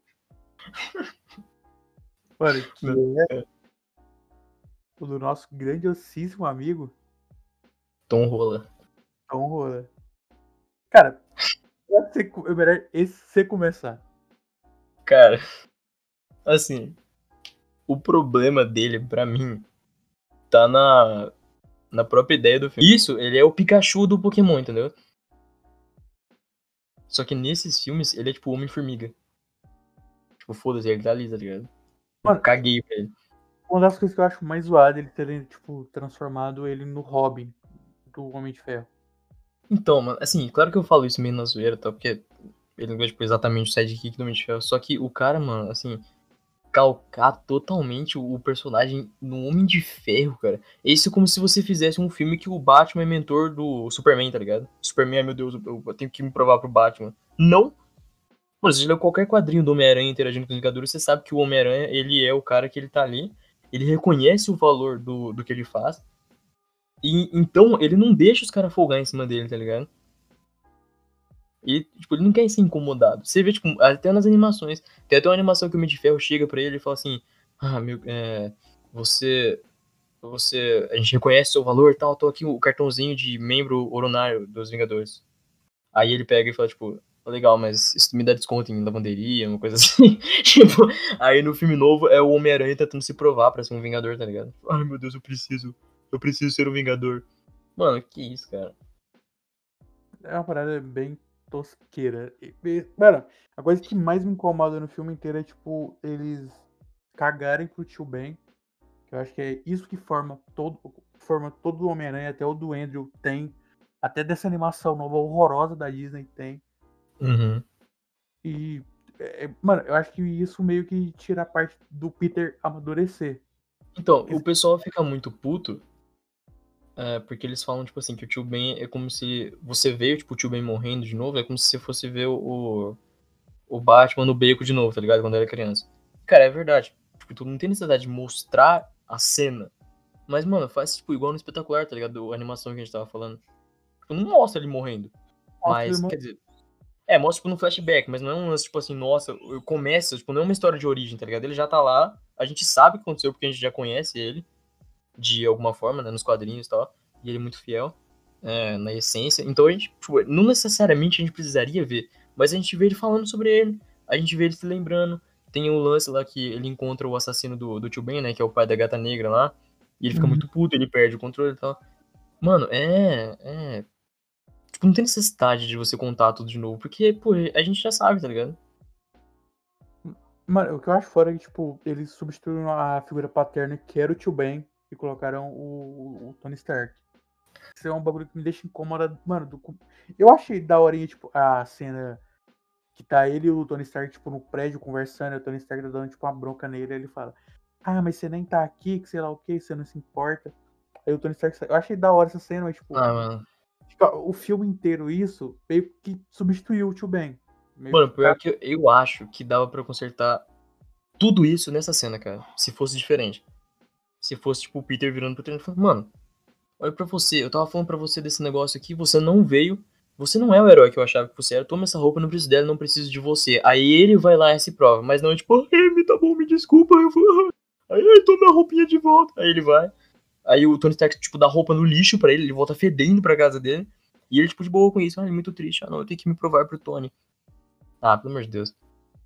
Mano, que é o do nosso grandiosíssimo amigo
Tom Rola.
Tom Holland. Cara, é melhor esse você começar.
Cara, assim, o problema dele, pra mim, tá na, na própria ideia do filme. Isso, ele é o Pikachu do Pokémon, entendeu? Só que nesses filmes, ele é tipo o Homem-Formiga. Tipo, foda-se, ele tá ali, tá ligado? Eu
Mano,
caguei pra ele.
uma das coisas que eu acho mais zoada é ele terem, tipo, transformado ele no Robin do Homem de Ferro.
Então, mano, assim, claro que eu falo isso meio na zoeira, tá? Porque ele não é, tipo, exatamente o sidekick do Homem de Ferro. Só que o cara, mano, assim, calcar totalmente o personagem no Homem de Ferro, cara. Isso é como se você fizesse um filme que o Batman é mentor do Superman, tá ligado? Superman, ai meu Deus, eu tenho que me provar pro Batman. Não! Mano, se você lê qualquer quadrinho do Homem-Aranha interagindo com os Vingadores, você sabe que o Homem-Aranha, ele é o cara que ele tá ali, ele reconhece o valor do, do que ele faz, e então ele não deixa os caras folgar em cima dele, tá ligado? E, tipo, ele não quer ser incomodado. Você vê, tipo, até nas animações. Tem até uma animação que o Homem de Ferro chega pra ele e fala assim: Ah, meu, é, você. Você. A gente reconhece seu valor e tal, tô aqui o cartãozinho de membro honorário dos Vingadores. Aí ele pega e fala, tipo, legal, mas isso me dá desconto em lavanderia, uma coisa assim. Tipo, aí no filme novo é o Homem-Aranha tentando se provar pra ser um Vingador, tá ligado? Ai, meu Deus, eu preciso. Eu preciso ser um Vingador. Mano, que isso, cara.
É uma parada bem tosqueira. E, e, mano, a coisa que mais me incomoda no filme inteiro é, tipo, eles cagarem pro Tio Ben. Que eu acho que é isso que forma todo, forma todo o Homem-Aranha, até o do Andrew tem. Até dessa animação nova horrorosa da Disney tem.
Uhum.
E, é, mano, eu acho que isso meio que tira a parte do Peter amadurecer.
Então, o pessoal fica muito puto, é, porque eles falam, tipo assim, que o Tio Ben é como se você veio, tipo, o Tio Ben morrendo de novo, é como se você fosse ver o, o Batman no beco de novo, tá ligado? Quando era criança. Cara, é verdade. Tipo, tu não tem necessidade de mostrar a cena. Mas, mano, faz, tipo, igual no Espetacular, tá ligado? A animação que a gente tava falando. Tipo, não mostra ele morrendo.
Mostra
Mas,
ele mo-
quer dizer, é, mostra, tipo, no flashback, mas não é um lance, tipo assim, nossa, eu começo, tipo, não é uma história de origem, tá ligado? Ele já tá lá, a gente sabe o que aconteceu porque a gente já conhece ele, de alguma forma, né, nos quadrinhos e tal, e ele é muito fiel, é, na essência. Então a gente, tipo, não necessariamente a gente precisaria ver, mas a gente vê ele falando sobre ele, a gente vê ele se lembrando. Tem um lance lá que ele encontra o assassino do, do Tio Ben, né, que é o pai da Gata Negra lá, e ele fica
Uhum.
muito puto, ele perde o controle e tal. Mano, é, é... Tipo, não tem necessidade de você contar tudo de novo, porque, pô, a gente já sabe, tá ligado?
Mano, o que eu acho fora é que, tipo, eles substituíram a figura paterna, que era o Tio Ben, e colocaram o, o Tony Stark. Isso é um bagulho que me deixa incômodo. Mano, do... eu achei da horinha, tipo, a cena que tá ele e o Tony Stark, tipo, no prédio conversando, e o Tony Stark tá dando, tipo, uma bronca nele, aí ele fala, ah, mas você nem tá aqui, que sei lá o que, você não se importa. Aí o Tony Stark sai. Eu achei da hora essa cena, mas, tipo,
Ah, mano.
tipo, o filme inteiro, isso, meio que substituiu o Tio Ben. Meio
Mano,
que,
pior
cara,
que eu, eu acho que dava pra consertar tudo isso nessa cena, cara. Se fosse diferente. Se fosse, tipo, o Peter virando pro treinador e falando, mano, olha pra você, eu tava falando pra você desse negócio aqui, você não veio, você não é o herói que eu achava que você era, toma essa roupa, eu não preciso dela, não preciso de você. Aí ele vai lá e se prova, mas não é tipo, ai, me tá bom, me desculpa, eu vou... Aí, ai, toma a roupinha de volta. Aí ele vai, aí o Tony Stark, tipo, dá roupa no lixo pra ele, ele volta fedendo pra casa dele, e ele, tipo, de boa com isso, ah, ele é muito triste, ah, não, eu tenho que me provar pro Tony. Ah, pelo amor de Deus.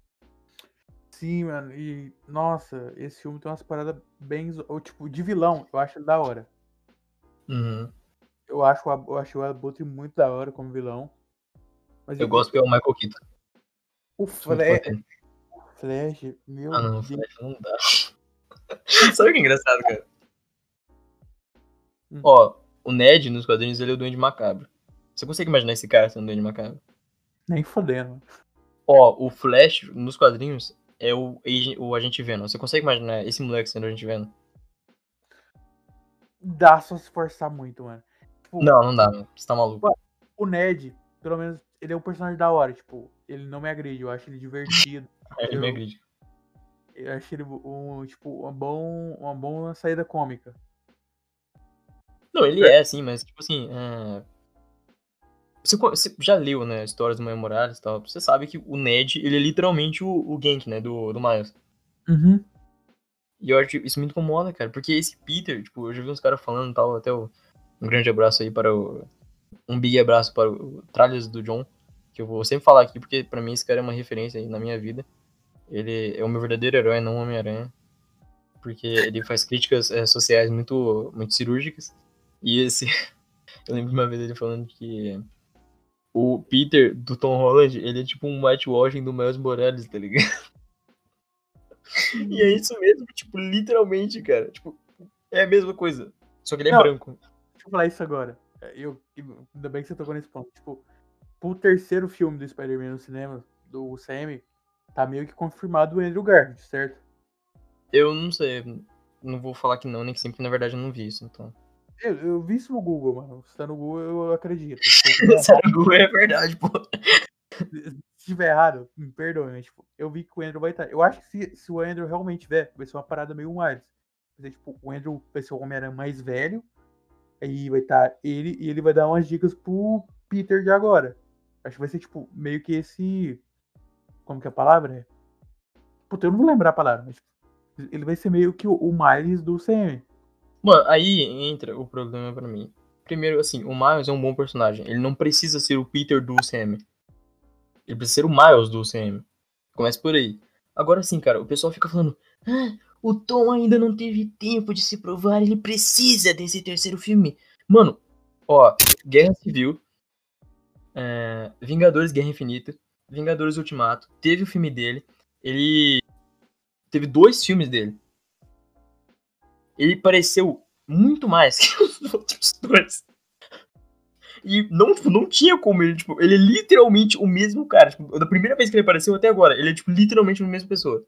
sim, mano, e, nossa, esse filme tem umas paradas bem, zo- ou, tipo, de vilão, eu acho ele da hora.
Uhum.
Eu acho, o Ab- eu acho o Abutre muito da hora como vilão. Mas
Eu
e- e-
gosto porque é o Michael Keaton,
o
sou muito fã
Flash,
dele.
Flash,
Ah,
meu
não,
Deus.
Flash não dá. Sabe o que é engraçado, cara?
Hum,
Ó, o Ned nos quadrinhos ele é o Duende Macabro. Você consegue imaginar esse cara sendo o Duende Macabro?
nem fodendo.
Ó, o Flash nos quadrinhos é o, Agent- o Agente Venom. Você consegue imaginar esse moleque sendo o Agente Venom?
Dá só se forçar muito, mano. Tipo,
Não, não dá, mano. Você tá maluco.
mano, o Ned, pelo menos, ele é um personagem da hora. Tipo, ele não me agride, eu acho ele divertido.
Ele me
Eu,
agride.
eu acho ele um, tipo, uma, bom, uma boa saída cômica.
Não, ele
É,
é, assim, mas, tipo assim, é... Você, você já leu, né, histórias do Miles Morales e tal. Você sabe que o Ned, ele é literalmente o, o Gank, né, do, do Miles.
Uhum.
E eu acho que isso me incomoda, cara. Porque esse Peter, tipo, eu já vi uns caras falando e tal, até o, um grande abraço aí para o... Um big abraço para o Tralhas do John, que eu vou sempre falar aqui, porque pra mim esse cara é uma referência aí na minha vida. Ele é o meu verdadeiro herói, não o Homem-Aranha. Porque ele faz críticas é, sociais muito, muito cirúrgicas. E esse... eu lembro de uma vez ele falando que o Peter do Tom Holland, ele é tipo um whitewashing do Miles Morales, tá ligado? E é isso mesmo, tipo, literalmente, cara. Tipo, é a mesma coisa. Só que ele é
Não,
branco.
deixa eu falar isso agora. Eu, ainda bem que você tocou nesse ponto. Tipo, pro terceiro filme do Spider-Man no cinema, do Sam, tá meio que confirmado o Andrew Garfield, certo?
Eu não sei. Não vou falar que não, nem que sempre, na verdade, eu não vi isso, então.
Eu, eu vi isso no Google, mano. Se tá no Google, eu acredito. Se eu tiver errado,
Sério, é verdade, pô.
se tiver errado, me perdoe, mas tipo, eu vi que o Andrew vai estar. Eu acho que se, se o Andrew realmente tiver, vai ser uma parada meio Miles. Vai ser, tipo, o Andrew vai ser o Homem-Aranha mais velho, aí vai estar ele e ele vai dar umas dicas pro Peter de agora. Acho que vai ser, tipo, meio que esse. Como que é a palavra? É? Puta, eu não vou lembrar a palavra, mas tipo, ele vai ser meio que o, o Miles do Sam.
Mano, aí entra o problema pra mim. Primeiro, assim, o Miles é um bom personagem. Ele não precisa ser o Peter do Sam. Ele precisa ser o Miles do Sam. Começa por aí. Agora sim, cara, o pessoal fica falando: ah, o Tom ainda não teve tempo de se provar, ele precisa desse terceiro filme. Mano, ó, Guerra Civil, é, Vingadores Guerra Infinita, Vingadores Ultimato, teve o filme dele, ele teve dois filmes dele. Ele pareceu muito mais que os outros dois. E não, tipo, não tinha como ele, tipo, ele é literalmente o mesmo cara. Tipo, da primeira vez que ele apareceu até agora, ele é, tipo, literalmente a mesma pessoa.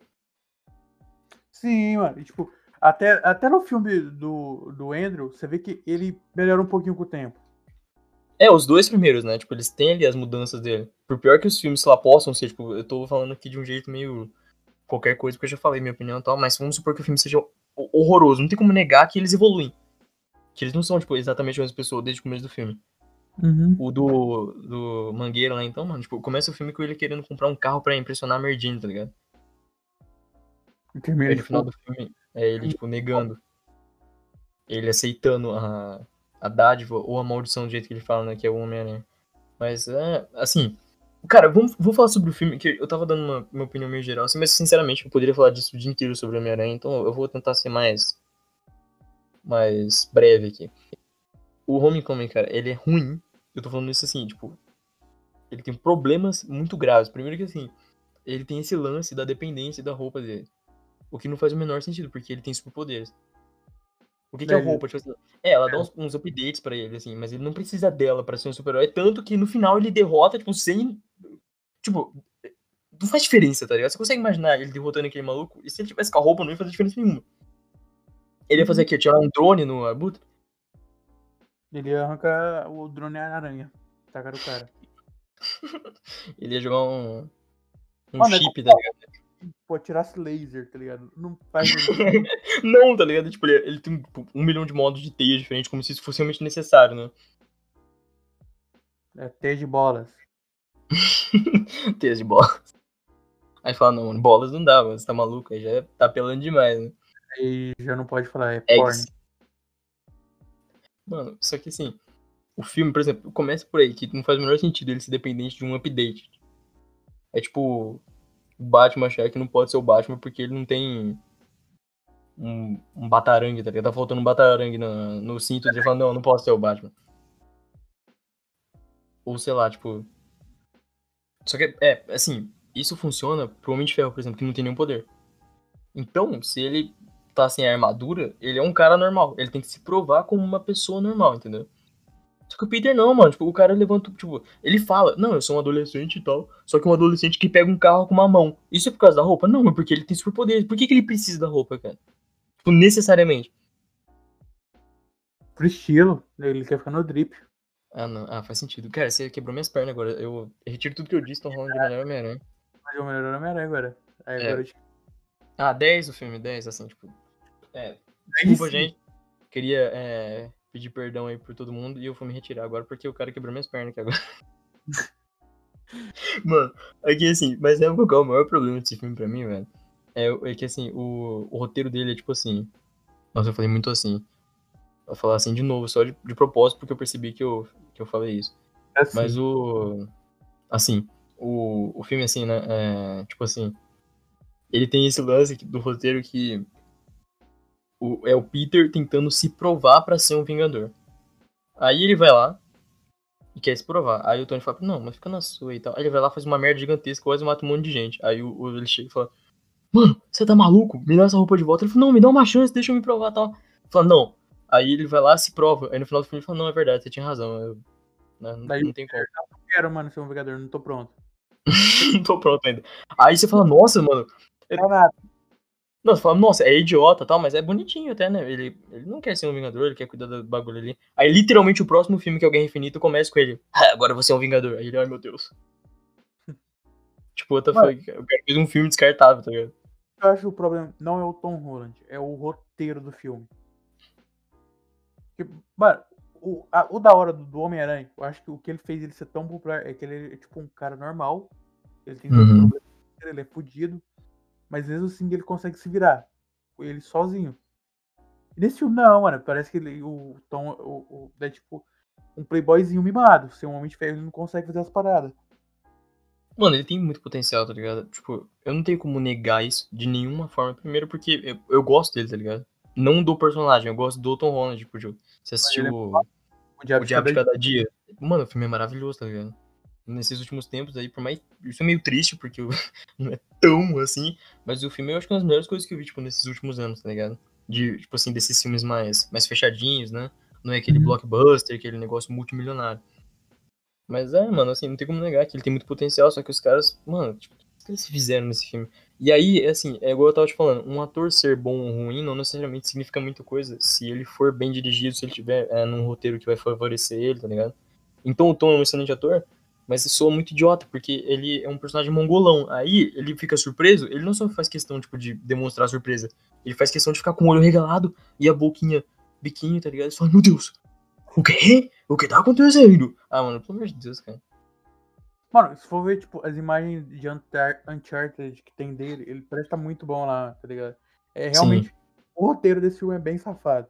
Sim, mano. E, tipo, até, até no filme do, do Andrew, você vê que ele melhora um pouquinho com o tempo.
É, os dois primeiros, né? Tipo, eles têm ali as mudanças dele. Por pior que os filmes, sei lá, possam ser, tipo, eu tô falando aqui de um jeito meio qualquer coisa, porque eu já falei minha opinião e tal, mas vamos supor que o filme seja horroroso. Não tem como negar que eles evoluem. Que eles não são, tipo, exatamente a mesma pessoa desde o começo do filme.
Uhum.
O do, do Mangueira lá, então, mano, tipo, começa o filme com ele querendo comprar um carro pra impressionar a Merdine, tá ligado?
E termina,
Aí no final
tipo,
do filme, é ele, tipo, negando. Ele aceitando a, a dádiva ou a maldição do jeito que ele fala, né? Que é o Homem-Aranha. Mas, é, assim... Cara, vamos, vou falar sobre o filme, que eu tava dando uma, uma opinião meio geral, assim, mas, sinceramente, eu poderia falar disso o dia inteiro sobre o Homem-Aranha, então eu vou tentar ser mais... mais breve aqui. O Homecoming, cara, ele é ruim. Eu tô falando isso assim, tipo... Ele tem problemas muito graves. Primeiro que, assim, ele tem esse lance da dependência da roupa dele. O que não faz o menor sentido, porque ele tem superpoderes. O que, que é a
ele,
roupa? Tipo assim, é, ela dá uns, uns updates pra ele, assim, mas ele não precisa dela pra ser um super-herói. Tanto que no final ele derrota, tipo, sem. Tipo, não faz diferença, tá ligado? Você consegue imaginar ele derrotando aquele maluco? E se ele tivesse com a roupa, não ia fazer diferença nenhuma. Ele ia fazer
uhum.
o quê? Tirar um drone no Abutre?
Ele arranca o drone aranha. Taca no cara.
Ele ia jogar um, um
Mano, é
chip, tá
como
ligado?
pô, tirasse laser, tá ligado? Não faz o menor sentido.
Não, tá ligado? Tipo, ele, ele tem tipo, um milhão de modos de teia diferentes, como se isso fosse realmente necessário, né?
É T de bolas.
Teias de bola. Aí fala, não, mano, bolas não dá, mano, você tá maluco? Aí já tá apelando demais, né?
Aí já não pode falar, é
Eggs.
porn.
Mano, só que assim, o filme, por exemplo, começa por aí, que não faz o menor sentido ele ser dependente de um update. É tipo, o Batman achar que não pode ser o Batman porque ele não tem um, um batarangue, tá ligado? Tá faltando um batarangue no, no cinto dele, falando, não, não posso ser o Batman. Ou sei lá, tipo... Só que, é, assim, isso funciona pro Homem de Ferro, por exemplo, que não tem nenhum poder. Então, se ele tá sem a armadura, ele é um cara normal. Ele tem que se provar como uma pessoa normal, entendeu? Só que o Peter não, mano. Tipo, o cara levanta, tipo, ele fala, não, eu sou um adolescente e tal. Só que um adolescente que pega um carro com uma mão. Isso é por causa da roupa? Não, é porque ele tem superpoderes. Por que, que ele precisa da roupa, cara? Tipo, necessariamente.
Pro estilo, ele quer ficar no drip.
Ah, não. Ah, faz sentido. Cara, você quebrou minhas pernas agora. Eu retiro tudo que eu disse, tô falando de melhor Homem-Aranha.
Mas é o melhor Homem-Aranha agora. Aí agora
É.
eu te...
Ah, dez o filme, dez assim, tipo. É.
Aí
Desculpa,
sim.
gente. Queria é, pedir perdão aí por todo mundo e eu vou me retirar agora porque o cara quebrou minhas pernas aqui agora. Mano, aqui assim, mas é qual é o maior problema desse filme pra mim, velho? É, é que assim, o, o roteiro dele é tipo assim. Nossa, eu falei muito assim. Vou falar assim de novo, só de, de propósito, porque eu percebi que eu, que eu falei isso.
É assim.
Mas o. Assim, o, o filme, assim, né? É, tipo assim. Ele tem esse lance do roteiro que. O, é o Peter tentando se provar pra ser um Vingador. Aí ele vai lá e quer se provar. Aí o Tony fala, não, mas fica na sua e tal. Aí ele vai lá, faz uma merda gigantesca, quase mata um monte de gente. Aí o, o- ele chega e fala, mano, você tá maluco? Me dá essa roupa de volta. Ele fala, não, me dá uma chance, deixa eu me provar e tal. Ele fala, não. Aí ele vai lá, se prova. Aí no final do filme ele fala, não, é verdade, você tinha razão. Eu, né, não,
Daí
não
o
tem
Peter,
como.
não, não quero, mano, ser um Vingador, não tô pronto.
Não tô pronto ainda. Aí você fala, nossa, mano. É...
Não é nada.
Não, você fala, nossa, é idiota e tal, mas é bonitinho até, né? Ele, ele não quer ser um Vingador, ele quer cuidar do bagulho ali. Aí literalmente o próximo filme, que é o Guerra Infinita, começa com ele. Ah, agora você é um Vingador. Aí ele, ai meu Deus. Tipo, what the
Mano,
fuck? O cara fez um filme descartável, tá ligado?
eu acho que o problema não é o Tom Holland, é o roteiro do filme. Tipo, mano, o, a- o da hora do, do Homem-Aranha, eu acho que o que ele fez ele ser tão popular é que ele é tipo um cara normal, ele tem seus
Uhum.
problemas, ele é fudido, mas mesmo assim ele consegue se virar, ele sozinho. E nesse filme não, mano, parece que ele, o Tom o, o, é tipo um playboyzinho mimado, ser um homem de ferro ele não consegue fazer as paradas.
Mano, ele tem muito potencial, tá ligado? Tipo, eu não tenho como negar isso de nenhuma forma. Primeiro porque eu, eu gosto dele, tá ligado? Não do personagem, eu gosto do Tom Holland, tipo, Ju. Você
Mas
assistiu
ele é
o,
o diabo
o
de
Diabo de
cada dia.
Cada Dia? Mano, o filme é maravilhoso, tá ligado? Nesses últimos tempos aí, por mais. Isso é meio triste, porque eu- não é tão assim. Mas o filme eu acho que é uma das melhores coisas que eu vi, tipo, nesses últimos anos, tá ligado? De, tipo assim, desses filmes mais, mais fechadinhos, né? Não é aquele
Uhum.
blockbuster, aquele negócio multimilionário. Mas é, mano, assim, não tem como negar que ele tem muito potencial, só que os caras, mano, tipo, o que eles fizeram nesse filme? E aí, assim, é igual eu tava te falando, um ator ser bom ou ruim não necessariamente significa muita coisa se ele for bem dirigido, se ele tiver é, num roteiro que vai favorecer ele, tá ligado? Então o Tom é um excelente ator, mas soa muito idiota, porque ele é um personagem mongolão. Aí ele fica surpreso, ele não só faz questão, tipo, de demonstrar surpresa, ele faz questão de ficar com o olho regalado e a boquinha biquinho, tá ligado? Ele fala, meu Deus, o quê? O que tá acontecendo? Ah, mano, pelo amor de Deus, cara.
Mano, se for ver, tipo, as imagens de Untar- Uncharted que tem dele, ele parece estar muito bom lá, tá ligado? É,
Sim.
realmente, o roteiro desse filme é bem safado.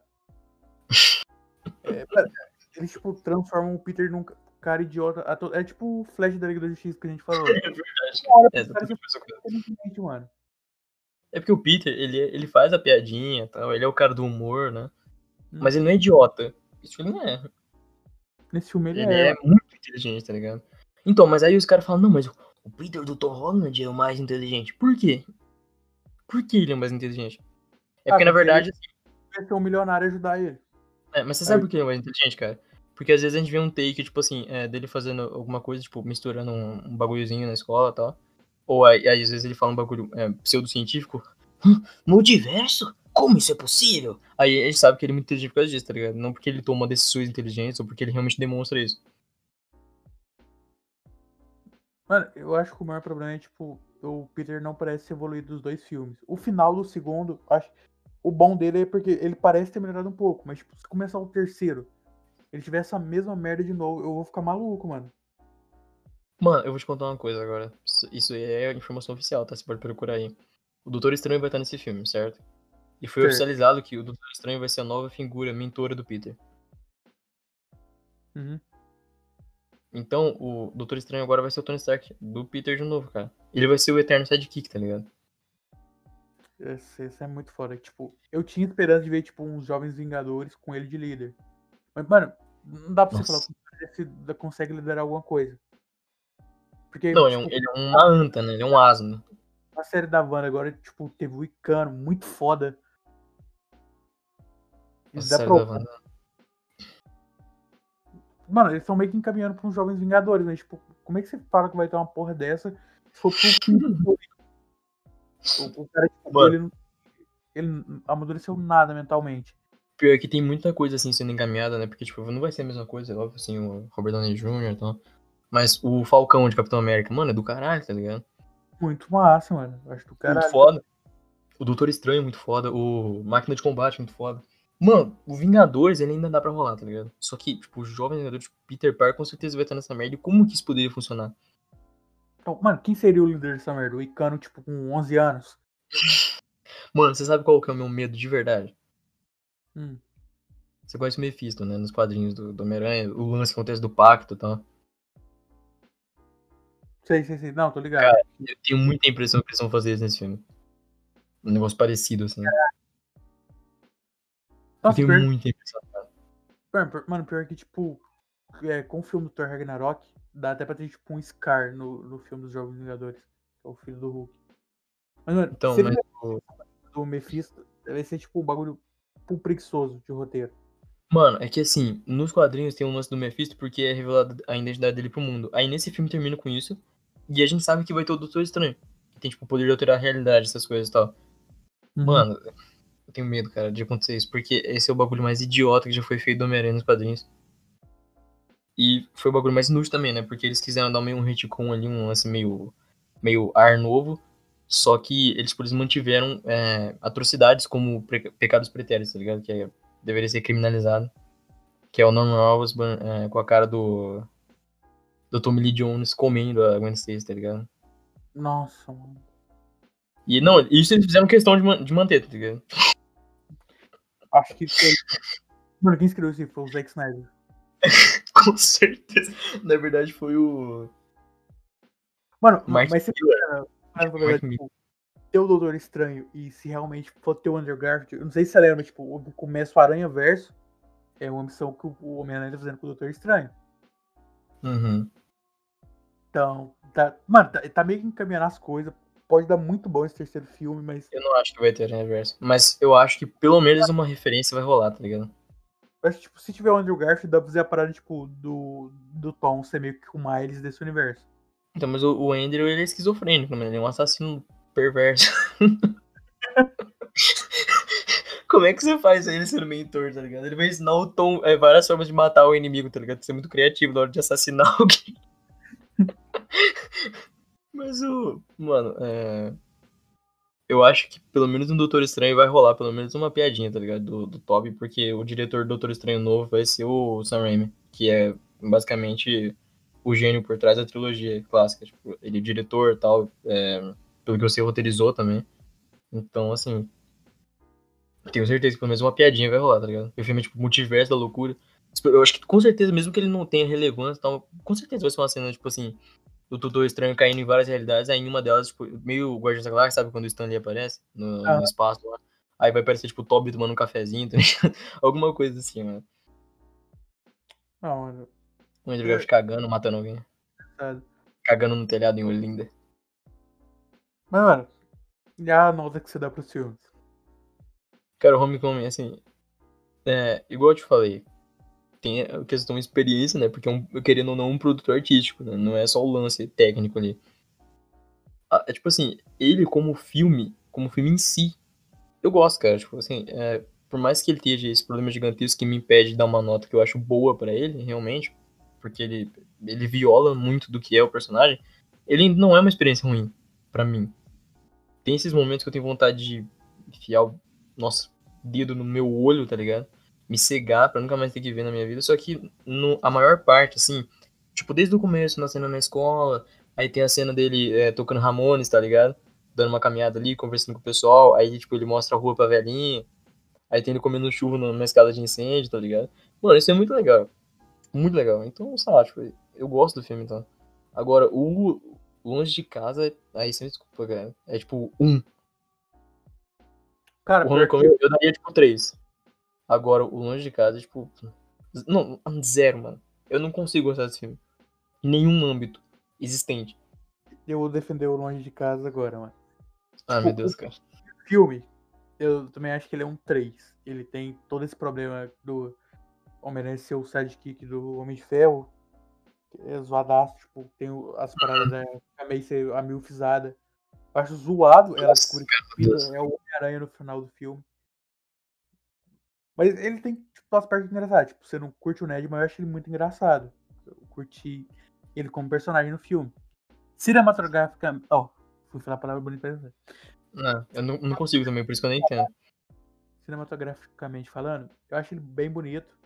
É, mano, eles, tipo, transformam o Peter num ca- cara idiota. a to- É tipo o Flash da Liga da Justiça que a gente falou.
É verdade,
Uma
cara.
hora
É
pro cara ser
exatamente a mesma coisa.
inteligente, mano.
É porque o Peter, ele, ele faz a piadinha e tal, ele é o cara do humor, né? Mas
Hum,
ele não é idiota. Isso ele não é.
Nesse filme ele
Ele
é,
é
mano.
muito inteligente, tá ligado? Então, mas aí os caras falam, não, mas o o Peter do Tom Holland é o mais inteligente. Por quê? Por que ele é o mais inteligente? É
Ah,
porque, na
porque ele
verdade, assim,
vai ser um milionário e ajudar ele.
é, mas você sabe
Aí,
por que ele é o mais inteligente, cara? Porque às vezes a gente vê um take, tipo assim, é, dele fazendo alguma coisa, tipo, misturando um, um bagulhozinho na escola e tal. Ou aí, aí, às vezes ele fala um bagulho é, pseudocientífico. Hum, multiverso? Como isso é possível? Aí a gente sabe que ele é muito inteligente por causa disso, tá ligado? Não porque ele toma decisões inteligentes ou porque ele realmente demonstra isso.
mano, eu acho que o maior problema é, tipo, o Peter não parece evoluir dos dois filmes. O final do segundo, acho. O bom dele é porque ele parece ter melhorado um pouco, mas, tipo, se começar o terceiro, ele tiver essa mesma merda de novo, eu vou ficar maluco, mano.
Mano, eu vou te contar uma coisa agora. Isso, isso é informação oficial, tá? Você pode procurar aí. O Doutor Estranho vai estar nesse filme, certo? E foi
Certo.
oficializado que o Doutor Estranho vai ser a nova figura mentora do Peter.
Uhum.
Então, o Doutor Estranho agora vai ser o Tony Stark do Peter de novo, cara. Ele vai ser o eterno sidekick, tá ligado?
Esse, esse é muito foda. Tipo, eu tinha esperança de ver, tipo, uns jovens Vingadores com ele de líder. Mas, mano, não dá pra você falar
Nossa.
que ele consegue liderar alguma coisa. Porque,
Não, ele é, um,
tipo,
ele é uma anta, né? Ele é um asno.
a série da Wanda agora, tipo, teve o Icano, muito foda. E
Nossa,
dá
série
pra...
da Wanda.
Mano, eles estão meio que encaminhando pra uns jovens Vingadores, né? Tipo, como é que você fala que vai ter uma porra dessa se for pro Peter? o, o cara, tipo,
Mano,
ele, não- ele não amadureceu nada mentalmente.
pior que tem muita coisa assim sendo encaminhada, né? Porque, tipo, não vai ser a mesma coisa, é óbvio, assim, o Robert Downey júnior e tal. Mas o Falcão de Capitão América, mano, é do caralho, tá ligado?
Muito massa, mano. Eu acho do
Muito
caralho.
foda. O Doutor Estranho é muito foda. O Máquina de Combate é muito foda. Mano, o Vingadores ele ainda dá pra rolar, tá ligado? Só que, tipo, o jovem Vingador, tipo, Peter Parker com certeza vai estar nessa merda. E como que isso poderia funcionar?
Então, mano, quem seria o líder dessa merda? O Icano, tipo, com onze anos?
Mano, você sabe qual que é o meu medo de verdade?
Hum.
Você conhece o Mephisto, né? Nos quadrinhos do, do Homem-Aranha, o lance que acontece do pacto e tal.
Sei, sei, sei. Não, tô ligado.
Cara, eu tenho muita impressão que eles vão fazer isso nesse filme. Um negócio parecido, assim. Eu
Nossa,
tenho
pior,
muita impressão.
pior- pior- mano, pior que, tipo, é, com o filme do Thor Ragnarok, dá até pra ter, tipo, um Scar no, no filme dos Jovens Vingadores, que é o filho do Hulk. Mas, mano,
Então,
se ele
mas o-
do Mephisto, vai ser, tipo, um bagulho tipo, preguiçoso de roteiro.
Mano, é que assim, nos quadrinhos tem um lance do Mephisto porque é revelada a identidade dele pro mundo. Aí nesse filme termina com isso. E a gente sabe que vai ter o Doutor Estranho. Que tem, tipo, o poder de alterar a realidade, essas coisas e tal. Mano, eu tenho medo, cara, de acontecer isso. Porque esse é o bagulho mais idiota que já foi feito do Homem-Aranha nos quadrinhos. E foi o bagulho mais inútil também, né? Porque eles quiseram dar meio um retcon ali, um lance meio, meio ar novo. Só que eles, por isso, mantiveram é, atrocidades como pre- pecados pretéritos, tá ligado? Que é- deveria ser criminalizado. Que é o Norman Osborn é, com a cara do, do Tommy Lee Jones comendo a Gwen Stacy, tá ligado?
Nossa, mano.
E não, isso eles fizeram questão de, man- de manter, tá ligado?
Acho que foi. Mano, quem escreveu isso foi o Zack Snyder.
Com certeza. Na verdade foi o
Mano,
Mark
mas se
Miller.
na
Mark
verdade,
Miller.
tipo, ter o Doutor Estranho e se realmente for ter o Andrew Garfield, eu não sei se você lembra, tipo, o começo o Aranha Verso é uma missão que o Homem-Aranha tá fazendo com o Doutor Estranho.
Uhum.
Então, tá, mano, tá, tá meio que encaminhando as coisas. Pode dar muito bom esse terceiro filme, mas
Eu não acho que vai ter reverso. Mas eu acho que pelo menos uma referência vai rolar, tá ligado?
eu acho que, tipo, se tiver o Andrew Garfield, dá pra fazer a parada, tipo, do, do Tom ser meio que o Miles desse universo.
Então, mas o, o Andrew, ele é esquizofrênico, mano. Ele é um assassino perverso. Como é que você faz ele ser o mentor, tá ligado? Ele vai ensinar o Tom é, várias formas de matar o inimigo, tá ligado? Ser muito criativo na hora de assassinar alguém. Mas o. Mano, é. Eu acho que pelo menos no Doutor Estranho vai rolar pelo menos uma piadinha, tá ligado? Do, do Tobey, porque o diretor do Doutor Estranho novo vai ser o Sam Raimi, que é basicamente o gênio por trás da trilogia clássica. Tipo, ele é diretor e tal, é, pelo que eu sei, roteirizou também. Então, assim, tenho certeza que pelo menos uma piadinha vai rolar, tá ligado? O filme é tipo multiverso da loucura. Eu acho que com certeza, mesmo que ele não tenha relevância e tal, com certeza vai ser uma cena, tipo assim, do Doutor Estranho caindo em várias realidades, aí em uma delas, tipo, meio Guardiões da Galáxia, sabe quando o Stan Lee aparece no,
Ah,
no espaço lá? Aí vai aparecer, tipo, o Toby tomando um cafezinho, tá ligado? Alguma coisa assim, mano.
não, mano.
O Andrew
É
Garfield cagando, matando alguém.
engraçado.
Cagando no telhado em Olinda.
Mas, mano, e a nota que você dá pros filmes?
Cara, o Homecoming, assim, é, igual eu te falei, tem a questão de experiência, né? Porque é um, querendo ou não, um produto artístico, né? Não é só o lance técnico ali. Ah, é tipo assim, ele como filme, como filme em si, eu gosto, cara. Tipo assim, é, por mais que ele tenha esse problema gigantesco que me impede de dar uma nota que eu acho boa pra ele, realmente, porque ele, ele viola muito do que é o personagem, ele não é uma experiência ruim pra mim. Tem esses momentos que eu tenho vontade de enfiar o nosso dedo no meu olho, tá ligado? Me cegar pra nunca mais ter que ver na minha vida. Só que no, a maior parte, assim, tipo, desde o começo, na cena na escola, aí tem a cena dele é, tocando Ramones, tá ligado? Dando uma caminhada ali, conversando com o pessoal, aí, tipo, ele mostra a rua pra velhinha, aí tem ele comendo chuva numa escada de incêndio, tá ligado? Mano, isso é muito legal. Muito legal. Então, sei lá, tipo, eu gosto do filme, então. Agora, o Longe de Casa, aí você me desculpa, cara. É tipo um.
Cara,
O
pior que
Homecoming eu daria tipo três. Agora, o Longe de Casa, tipo. Não, zero, mano. Eu não consigo gostar desse filme. Em nenhum âmbito existente.
eu vou defender o Longe de Casa agora, mano.
Ah, meu
Tipo, o
Deus, cara.
filme, eu também acho que ele é um três. Ele tem todo esse problema do Homem-Aranha ser o sidekick do Homem de Ferro. Que é zoadaço, tipo, tem o- as paradas da a May ser a milfizada. Eu acho zoado ela
Nossa,
descobrir que
cara,
o
meu
Peter
Deus.
é o Homem-Aranha no final do filme. Mas ele tem, tipo, as partes engraçadas. Tipo, você não curte o Ned, mas eu acho ele muito engraçado. Eu curti ele como personagem no filme. Cinematograficamente. Ó, fui falar a palavra bonita pra você.
Não, eu não, não consigo também, por isso que eu nem entendo.
cinematograficamente falando, eu acho ele bem bonito.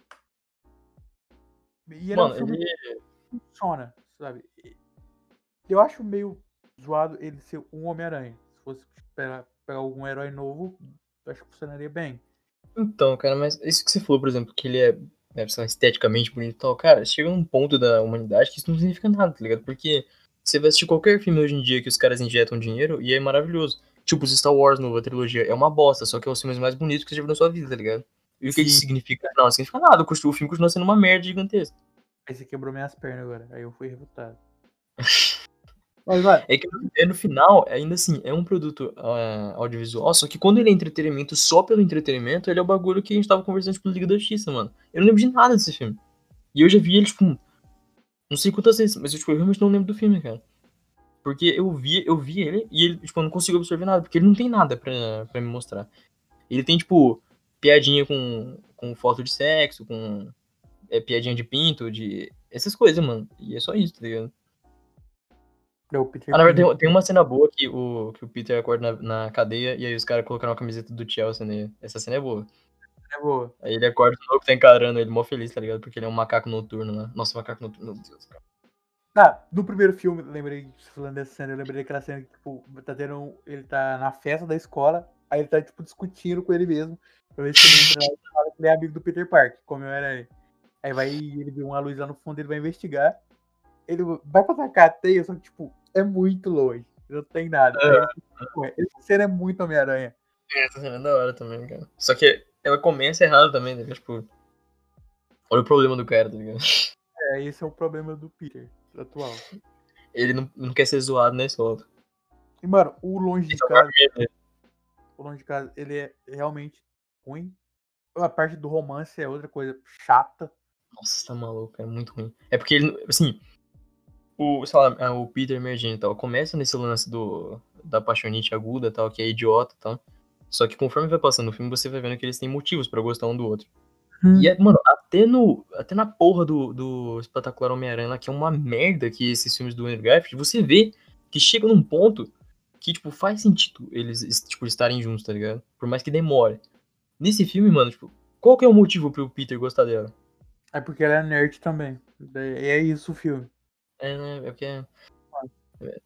E ele
Mano,
é um filme
ele.
que funciona, sabe? Eu acho meio zoado ele ser um Homem-Aranha. Se fosse pegar, pegar algum herói novo, eu acho que funcionaria bem.
Então, cara, mas isso que você falou, por exemplo, que ele é, é sei lá, esteticamente bonito e tal, cara, chega num ponto da humanidade que isso não significa nada, tá ligado? Porque você vai assistir qualquer filme hoje em dia que os caras injetam dinheiro e é maravilhoso. Tipo, os Star Wars, nova trilogia, é uma bosta, só que é os filmes mais bonitos que você já viu na sua vida, tá ligado? E o que isso
Sim.
significa? Não, não significa nada, o filme continua sendo uma merda gigantesca.
Aí você quebrou minhas pernas agora. Aí eu fui refutado. Mas, mano,
É que é, no final, ainda assim, é um produto ah, audiovisual, só que quando ele é entretenimento só pelo entretenimento, ele é o bagulho que a gente tava conversando, tipo, Liga da Justiça, mano. Eu não lembro de nada desse filme. E eu já vi ele, tipo, não sei quantas vezes, mas eu, tipo, eu realmente não lembro do filme, cara. Porque eu vi, eu vi ele e ele, tipo, eu não consigo absorver nada, porque ele não tem nada pra, pra me mostrar. Ele tem, tipo, piadinha com, com foto de sexo, com é, piadinha de pinto, de. Essas coisas, mano. E é só isso, tá ligado?
é o Peter
Ah, na verdade,
Pinto.
tem, tem uma cena boa que o, que o Peter acorda na, na cadeia e aí os caras colocaram a camiseta do Chelsea nele. Essa cena é boa.
É boa.
Aí ele acorda e o louco tá encarando ele, mó feliz, tá ligado? Porque ele é um macaco noturno, né? Nossa, macaco noturno, meu Deus, cara.
Ah, no primeiro filme, lembrei, falando dessa cena, eu lembrei daquela cena que, tipo, tá tendo. um- Ele tá na festa da escola, aí ele tá, tipo, discutindo com ele mesmo. Pra ver se ele entra lá e fala que ele é amigo do Peter Parker, como eu era ele. Aí vai, ele vê uma luz lá no fundo, ele vai investigar. Ele vai pra atacar a teia, só que, tipo, é muito longe. Não tem nada. Aí ele fica, "Ué, essa cena é muito Homem-Aranha."
Essa cena é da hora também, cara. Só que ela começa errado também, né? Tipo, olha o problema do cara, tá ligado?
É, esse é o problema do Peter atual.
Ele não, não quer ser zoado na escola.
E, mano, o Longe de
Esse é o maior
Casa,
medo dele.
o Longe de Casa, ele é realmente ruim. A parte do romance é outra coisa chata.
Nossa, tá maluco, é muito ruim. É porque ele, assim, o, sei lá, ah, o Peter Emergente e tal, começa nesse lance do, da paixonite aguda e tal, que é idiota e tal. Só que conforme vai passando o filme, você vai vendo que eles têm motivos pra gostar um do outro. E, é, mano, até, no, até na porra do, do Espetacular Homem-Aranha lá, que é uma merda que esses filmes do Andrew Garfield, você vê que chega num ponto que, tipo, faz sentido eles, tipo, estarem juntos, tá ligado? Por mais que demore. Nesse filme, mano, tipo, qual que é o motivo pro Peter gostar dela?
É porque ela é nerd também. E é isso o filme.
É, né, é porque é, é,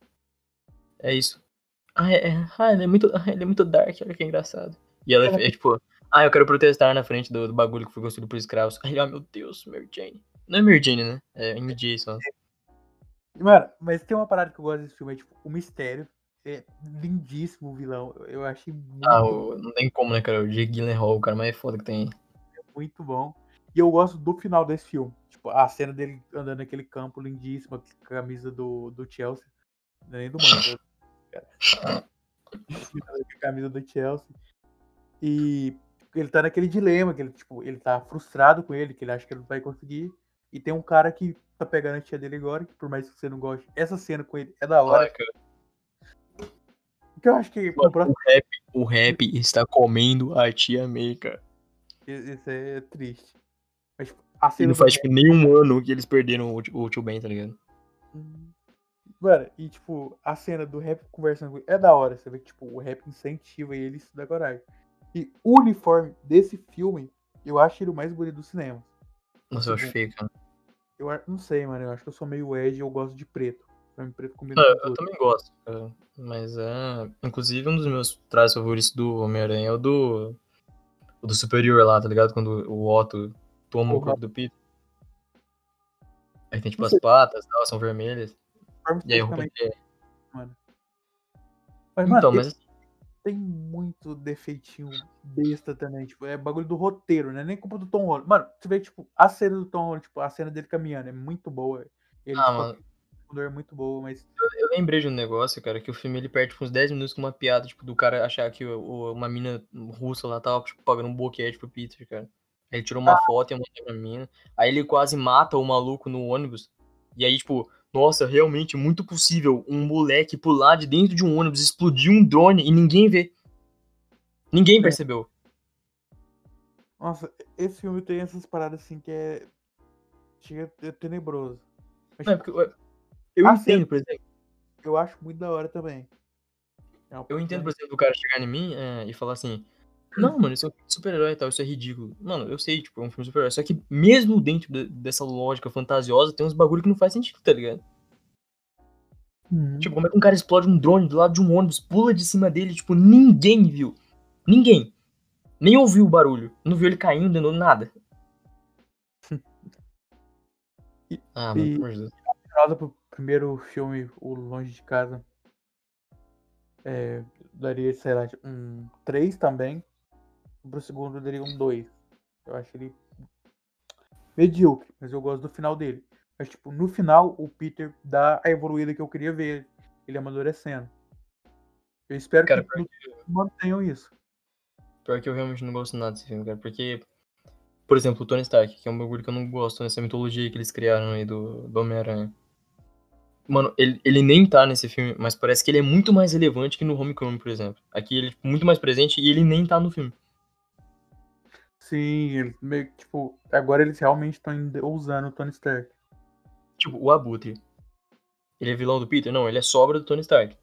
é isso. Ah, é, é, ah, ele é muito, ah, ele é muito dark, olha que engraçado. E ela é, é tipo, ah, eu quero protestar na frente do, do bagulho que foi construído por escravos. Aí, ah, meu Deus, Mary Jane. Não é Mary Jane, né? É M J só.
Mano, mas tem uma parada que eu gosto desse filme, é tipo, o mistério. É lindíssimo o vilão. Eu eu achei
Ah,
muito,
o, não tem como, né, cara? O Jake Gyllenhaal, o cara mais foda que tem.
muito bom. E eu gosto do final desse filme. Tipo, a cena dele andando naquele campo lindíssimo, com a camisa do, do Chelsea. Não é nem do Manchester, cara. A camisa do Chelsea. E ele tá naquele dilema, que ele, tipo, ele tá frustrado com ele, que ele acha que ele não vai conseguir. E tem um cara que tá pegando a tia dele agora, que por mais que você não goste, essa cena com ele é da
Ai,
hora.
cara.
Porque eu acho que no
Mano, o
próximo.
rap, o rap está comendo a tia May, cara.
Isso é triste. Mas tipo, a
E não
cena do
faz,
rap.
tipo, nenhum ano que eles perderam o, o tio Ben, tá ligado?
Mano, e tipo, a cena do rap conversando com ele é da hora. Você vê que tipo, o rap incentiva ele a estudar coragem. E o uniforme desse filme, eu acho ele o mais bonito do cinema.
Nossa, eu acho feio, cara.
Eu a- não sei, mano. Eu acho que eu sou meio edgy e eu gosto de preto. Pra mim, preto combina
Não,
com
eu
tudo.
também gosto, cara. Mas é. Inclusive, um dos meus traços favoritos do Homem-Aranha é o do. O do Superior lá, tá ligado? Quando o Otto toma o
Porra,
corpo do Peter. Aí tem, tipo,
não
as
sei,
patas, elas são vermelhas.
uniforme
E aí a roupa
esteticamente,
dele é.
mano. Mas, mano,
Então,
ele
mas.
tem muito defeitinho besta também. Tipo, é bagulho do roteiro, né? Nem culpa do Tom Holland. Mano, você vê, tipo, a cena do Tom Holland, tipo, a cena dele caminhando é muito boa. Ele,
Ah,
tipo, a
mano.
é muito boa, mas.
Eu lembrei de um negócio, cara, que o filme ele perde tipo, uns dez minutos com uma piada, tipo, do cara achar que o, o- uma mina russa lá tava, tipo, pagando um boquete pro Peter, cara. Aí ele tirou uma foto e mandou pra mina. Aí ele quase mata o maluco no ônibus. E aí, tipo, nossa, realmente muito possível um moleque pular de dentro de um ônibus, explodir um drone e ninguém vê. Ninguém
É.
percebeu.
Nossa, esse filme tem essas paradas assim que é. Chega a ser tenebroso. Mas,
Não, é
tipo,
porque eu, eu
a cena
entendo, por exemplo.
eu acho muito da hora também. É uma
Eu
parte
entendo, por
da-
exemplo, o cara chegar em mim é, e falar assim. Não, mano, isso é um filme de super-herói e tal, isso é ridículo. Mano, eu sei, tipo, é um filme de super-herói. Só que mesmo dentro de- dessa lógica fantasiosa, tem uns bagulho que não faz sentido, tá ligado?
Uhum.
Tipo, como é que um cara explode um drone do lado de um ônibus, pula de cima dele, tipo, ninguém viu. Ninguém. Nem ouviu o barulho. Não viu ele caindo, não, nada.
E,
Ah, mano,
e
pelo amor de Deus.
nota pro primeiro filme, O Longe de Casa, é, daria, sei lá, um três também. Pro segundo eu daria um dois. Eu acho ele medíocre, mas eu gosto do final dele. Mas, tipo, no final, o Peter dá a evoluída que eu queria ver ele amadurecendo. Eu espero
Cara,
que
pior
no- mantenham isso.
pior que eu realmente não gosto nada desse filme, cara. Porque, por exemplo, o Tony Stark, que é um bagulho que eu não gosto nessa mitologia que eles criaram aí do, do Homem-Aranha. Mano, ele, ele nem tá nesse filme, mas parece que ele é muito mais relevante que no Homecoming, por exemplo. Aqui ele é muito mais presente e ele nem tá no filme.
Sim, eles meio que, tipo, agora eles realmente estão usando o Tony Stark.
Tipo, o Abutre. Ele é vilão do Peter? Não, ele é sobra do Tony Stark.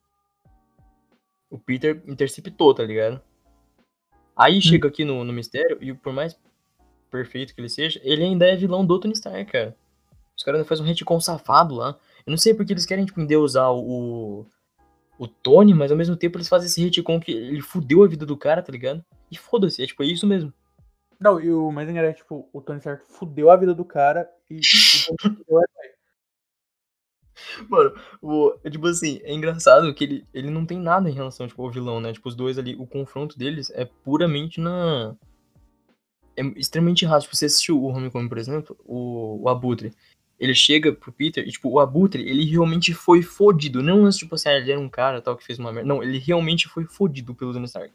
O Peter interceptou, tá ligado? Aí
Hum.
chega aqui no, no Mistério, e por mais perfeito que ele seja, ele ainda é vilão do Tony Stark, cara. Os caras ainda fazem um retcon safado lá. Eu não sei porque eles querem, tipo, endeusar o, o Tony, mas ao mesmo tempo eles fazem esse retcon que ele fudeu a vida do cara, tá ligado? E foda-se, é tipo, é isso mesmo.
Não, e o mais engraçado é, tipo, o Tony Stark fudeu a vida do cara e o Tony fudeu a-
Mano, o, é tipo assim, é engraçado que ele, ele não tem nada em relação, tipo, ao vilão, né? Tipo, os dois ali, o confronto deles é puramente na... É extremamente raso. Tipo, você assistiu o Homecoming, por exemplo, o, o Abutre. Ele chega pro Peter e, tipo, o Abutre, ele realmente foi fodido. Não, tipo assim, ah, ele era um cara tal que fez uma merda. Não, ele realmente foi fodido pelo Tony Stark.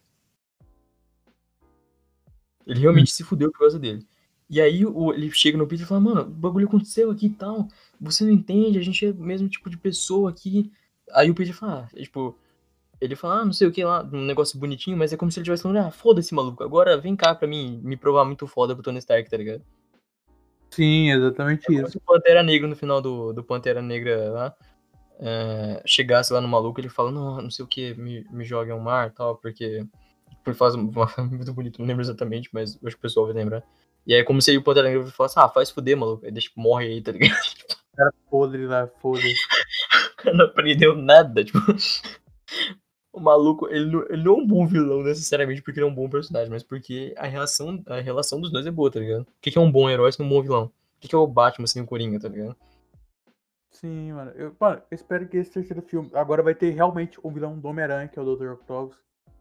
Ele
Hum.
realmente se fudeu por causa dele. E aí o, ele chega no Peter e fala, mano, o bagulho aconteceu aqui e tal. Você não entende, a gente é o mesmo tipo de pessoa aqui. Aí o Peter fala, ah, tipo, ele fala, ah, não sei o que lá, um negócio bonitinho, mas é como se ele tivesse falando, ah, foda-se, maluco, agora vem cá pra mim me provar muito foda pro Tony Stark, tá ligado?
Sim, exatamente
É como
isso.
se o Pantera Negra no final do, do Pantera Negra lá, é, chegasse lá no maluco e ele fala, não, não sei o que, me, me joga ao mar e tal, porque por faz uma muito bonito, não lembro exatamente, mas eu acho que o pessoal vai lembrar. E aí é como se aí o Pantera Negra falasse, ah, faz fuder, maluco, aí deixa, morre aí, tá ligado?
O cara podre lá, foda-se.
O cara não aprendeu nada, tipo, o maluco, ele não, ele não é um bom vilão necessariamente porque ele é um bom personagem, mas porque a relação, a relação dos dois é boa, tá ligado? O que que é um bom herói sem um bom vilão? O que que é o Batman sem o Coringa, tá ligado?
Sim, mano. Eu, mano, eu espero que esse terceiro filme. Agora vai ter realmente o vilão do Homem-Aranha, que é o doutor Octopus.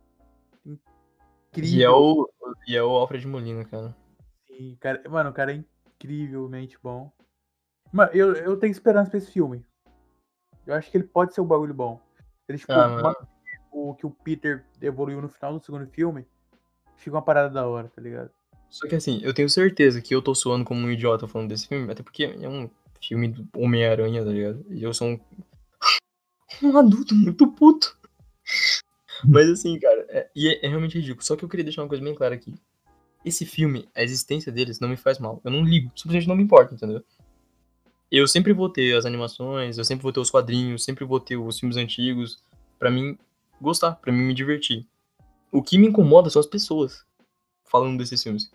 E é
Incrível.
o, e é o Alfred Molina, cara.
Sim, cara, mano, o cara é incrivelmente bom. Mano, eu, eu tenho esperança pra esse filme. Eu acho que ele pode ser um bagulho bom. Ele, tipo,
Ah, mano.
mano, o que o Peter evoluiu no final do segundo filme, fica uma parada da hora, tá ligado?
Só que assim, eu tenho certeza que eu tô soando como um idiota falando desse filme, até porque é um filme do Homem-Aranha, tá ligado? E eu sou um, um adulto muito puto. Mas assim, cara, é, e é, é realmente ridículo. Só que eu queria deixar uma coisa bem clara aqui. Esse filme, a existência deles não me faz mal. Eu não ligo, simplesmente não me importa, entendeu? Eu sempre vou ter as animações, eu sempre vou ter os quadrinhos, sempre vou ter os filmes antigos, pra mim gostar, pra mim me divertir. O que me incomoda são as pessoas falando desses filmes.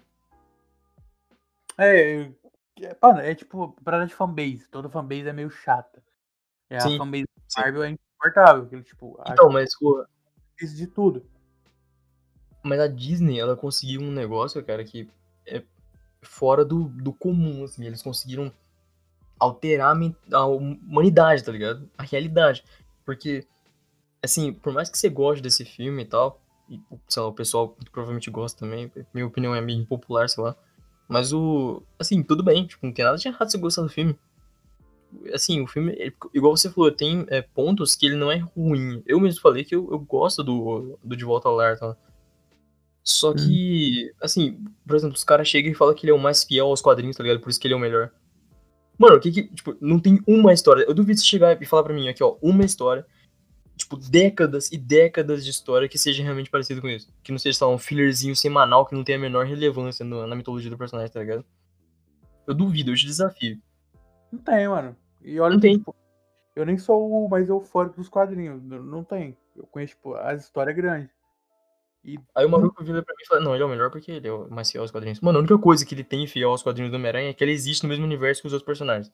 É, é, mano, é tipo, parada de fanbase. Toda fanbase é meio chata. É, a
Sim,
fanbase
sim.
Marvel é insuportável, que ele, tipo, acha
Então, mas, pô,
isso de tudo.
mas a Disney, ela conseguiu um negócio, cara, que é fora do, do comum, assim. Eles conseguiram alterar a, men- a humanidade, tá ligado? A realidade. Porque, assim, por mais que você goste desse filme e tal, e, sei lá, o pessoal provavelmente gosta também, minha opinião é meio impopular, sei lá. Mas o. Assim, tudo bem, tipo, não tem nada de errado você gostar do filme. Assim, o filme, ele- igual você falou, tem é, pontos que ele não é ruim. Eu mesmo falei que eu, eu gosto do, do De Volta ao Lar, tá? Só
Hum.
que, assim, por exemplo, os caras chegam e falam que ele é o mais fiel aos quadrinhos, tá ligado? Por isso que ele é o melhor. Mano, o que que, tipo, não tem uma história. Eu duvido você chegar e falar pra mim aqui, ó, uma história, tipo, décadas e décadas de história que seja realmente parecido com isso. Que não seja, só um fillerzinho semanal que não tem a menor relevância no- na mitologia do personagem, tá ligado? Eu duvido, eu te desafio.
Não tem, mano. E olha
Não
que,
tem.
tipo, eu nem sou o mais eufórico dos quadrinhos. Não não tem. Eu conheço, tipo, as histórias grandes. E
Aí o
não-
maluco vira pra mim e fala, não, ele é o melhor porque ele é o mais fiel aos quadrinhos. Mano, a única coisa que ele tem fiel aos quadrinhos do Homem-Aranha é que ele existe no mesmo universo que os outros personagens.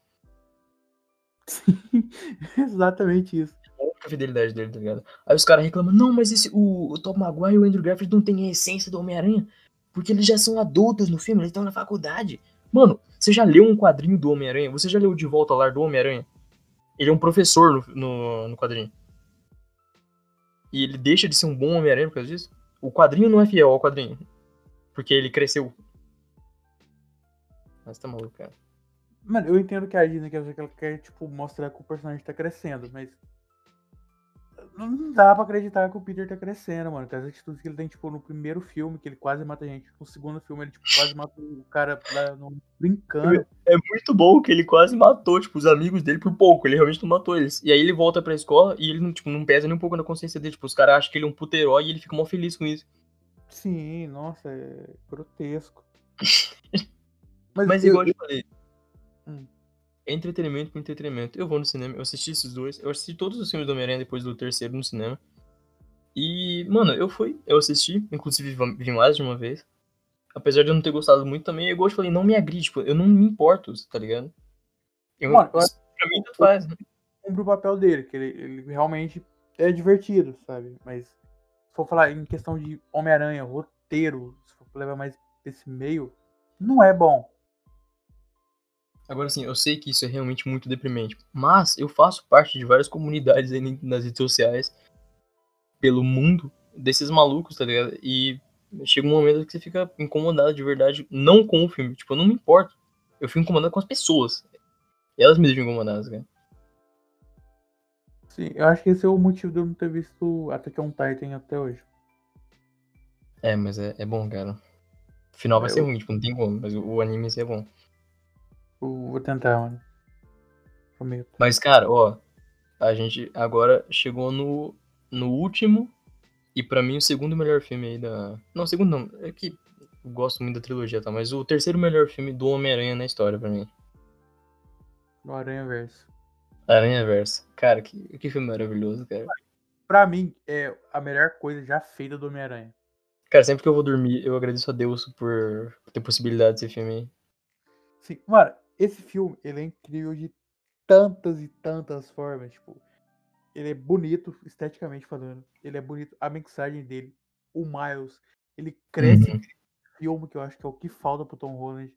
Exatamente isso.
É a única fidelidade dele, tá ligado? Aí os caras reclamam, não, mas esse, o, o Tom Maguire e o Andrew Garfield não têm a essência do Homem-Aranha, porque eles já são adultos no filme, eles estão na faculdade. Mano, você já leu um quadrinho do Homem-Aranha? Você já leu De Volta ao Lar do Homem-Aranha? Ele é um professor no, no, no quadrinho. E ele deixa de ser um bom Homem-Aranha por causa disso? O quadrinho não é fiel ao quadrinho, porque ele cresceu. Mas tá maluco, cara.
Mano, eu entendo que a Disney quer, que ela quer, tipo, mostrar que o personagem tá crescendo, mas não dá pra acreditar que o Peter tá crescendo, mano. Com as atitudes que ele tem, tipo, no primeiro filme, que ele quase mata a gente. No segundo filme, ele, tipo, quase mata o cara lá no... brincando.
É muito bom que ele quase matou, tipo, os amigos dele por pouco. Ele realmente não matou eles. E aí ele volta pra escola e ele não, tipo, não pesa nem um pouco na consciência dele. Tipo, os caras acham que ele é um puto herói e ele fica mó feliz com isso.
Sim, nossa, é grotesco. Mas,
Mas
eu,
igual eu
eu-
te falei,
Hum.
é entretenimento com entretenimento. Eu vou no cinema, eu assisti esses dois. Eu assisti todos os filmes do Homem-Aranha depois do terceiro no cinema. E, mano, eu fui, eu assisti, inclusive vi mais de uma vez. Apesar de eu não ter gostado muito também, igual eu te falei, não me agride, tipo, eu não me importo, tá ligado? Eu,
Mano, eu acho
isso, pra mim,
que
tanto faz.
ele cumpre o papel dele, que ele, ele realmente é divertido, sabe? Mas se for falar em questão de Homem-Aranha, roteiro, se for levar mais esse meio, não é bom.
Agora, assim, eu sei que isso é realmente muito deprimente, mas eu faço parte de várias comunidades aí nas redes sociais, pelo mundo, desses malucos, tá ligado? E chega um momento que você fica incomodado de verdade, não com o filme, tipo, eu não me importo. Eu fico incomodado com as pessoas. Elas me deixam incomodadas, cara.
Sim, eu acho que esse é o motivo de eu não ter visto Attack on Titan até hoje.
É, mas é, é bom, cara. O final vai ser
Eu,
ruim, tipo, não tem como, mas o, o anime em si é bom.
eu vou tentar, mano. Prometo.
Mas, cara, ó, a gente agora chegou no, no último e pra mim o segundo melhor filme aí da... Não, o segundo não, é que eu gosto muito da trilogia, tá? Mas o terceiro melhor filme do Homem-Aranha na história pra mim.
No Aranha Verso.
Aranha-Verso. Cara, que, que filme maravilhoso, cara.
Pra mim, é a melhor coisa já feita do Homem-Aranha.
Cara, sempre que eu vou dormir, eu agradeço a Deus por ter possibilidade desse filme aí.
Sim, mano, esse filme, ele é incrível de tantas e tantas formas, tipo, ele é bonito, esteticamente falando, ele é bonito, a mensagem dele, o Miles, ele cresce
Uhum.
no filme, que eu acho que é o que falta pro Tom Holland.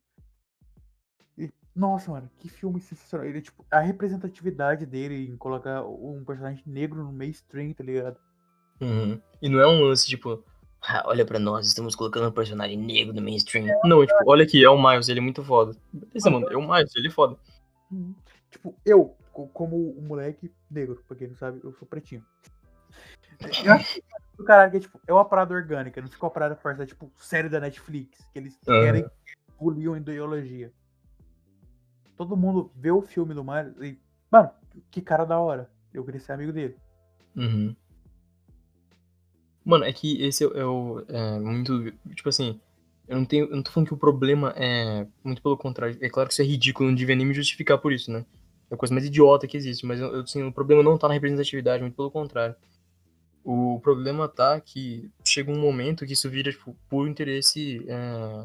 E, nossa, mano, que filme sensacional. Ele, tipo, a representatividade dele em colocar um personagem negro no mainstream, tá ligado?
Uhum. E não é um lance, tipo, ah, olha pra nós, estamos colocando um personagem negro no mainstream. Não, é tipo, olha aqui, é o Miles, ele é muito foda. Beleza,
Mano,
mano, é o Miles, ele é foda.
Uhum. Tipo, eu, co- como um moleque negro, pra quem não sabe, eu sou pretinho. Eu acho que do caralho que é, tipo, é uma parada orgânica, não fica uma parada forçada, tipo, série da Netflix, que eles querem
Aham.
engolir uma ideologia. Todo mundo vê o filme do Mario e, mano, que cara da hora. Eu queria ser amigo dele.
Uhum. Mano, é que esse é, o- é o. É muito. Tipo assim, eu não tenho. Eu não tô falando que o problema é. Muito pelo contrário. É claro que isso é ridículo, eu não devia nem me justificar por isso, né? É a coisa mais idiota que existe. Mas eu, eu, assim, o problema não tá na representatividade, muito pelo contrário. O problema tá que chega um momento que isso vira, tipo, puro interesse é,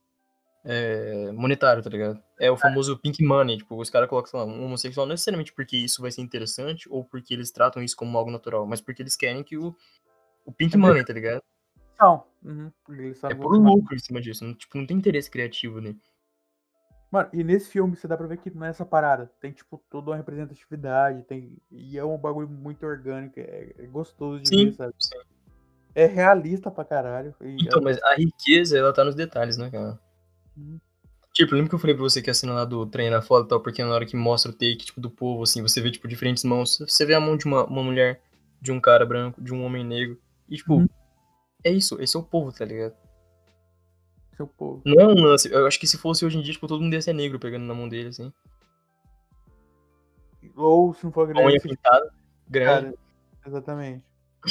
é, monetário, tá ligado? É o famoso pink money, tipo, os caras colocam, sei lá, um homossexual não necessariamente porque isso vai ser interessante ou porque eles tratam isso como algo natural, mas porque eles querem que o, o pink money, tá ligado?
Não. Uhum. Eles só
É
não vão
puro
chamar.
lucro em cima disso, não, tipo, não tem interesse criativo, né?
Mano, e nesse filme você dá pra ver que não é essa parada. Tem, tipo, toda uma representatividade, tem. E é um bagulho muito orgânico, é, é gostoso de ver,
Sim,
sabe?
sim.
É realista pra caralho. E
Então,
a-
mas a riqueza, ela tá nos detalhes, né, cara?
Uhum.
Tipo, lembra que eu falei pra você que a cena lá do trem na foto e tal, porque na hora que mostra o take, tipo, do povo, assim, você vê, tipo, diferentes mãos. Você vê a mão de uma, uma mulher, de um cara branco, de um homem negro. E, tipo,
Uhum.
é isso, esse é o povo, tá ligado?
Seu povo.
Não é um lance, eu acho que se fosse hoje em dia, tipo, todo mundo ia ser negro pegando na mão dele, assim.
Ou se não for
Com a unha
grande, se
pintada, grande.
cara. Exatamente.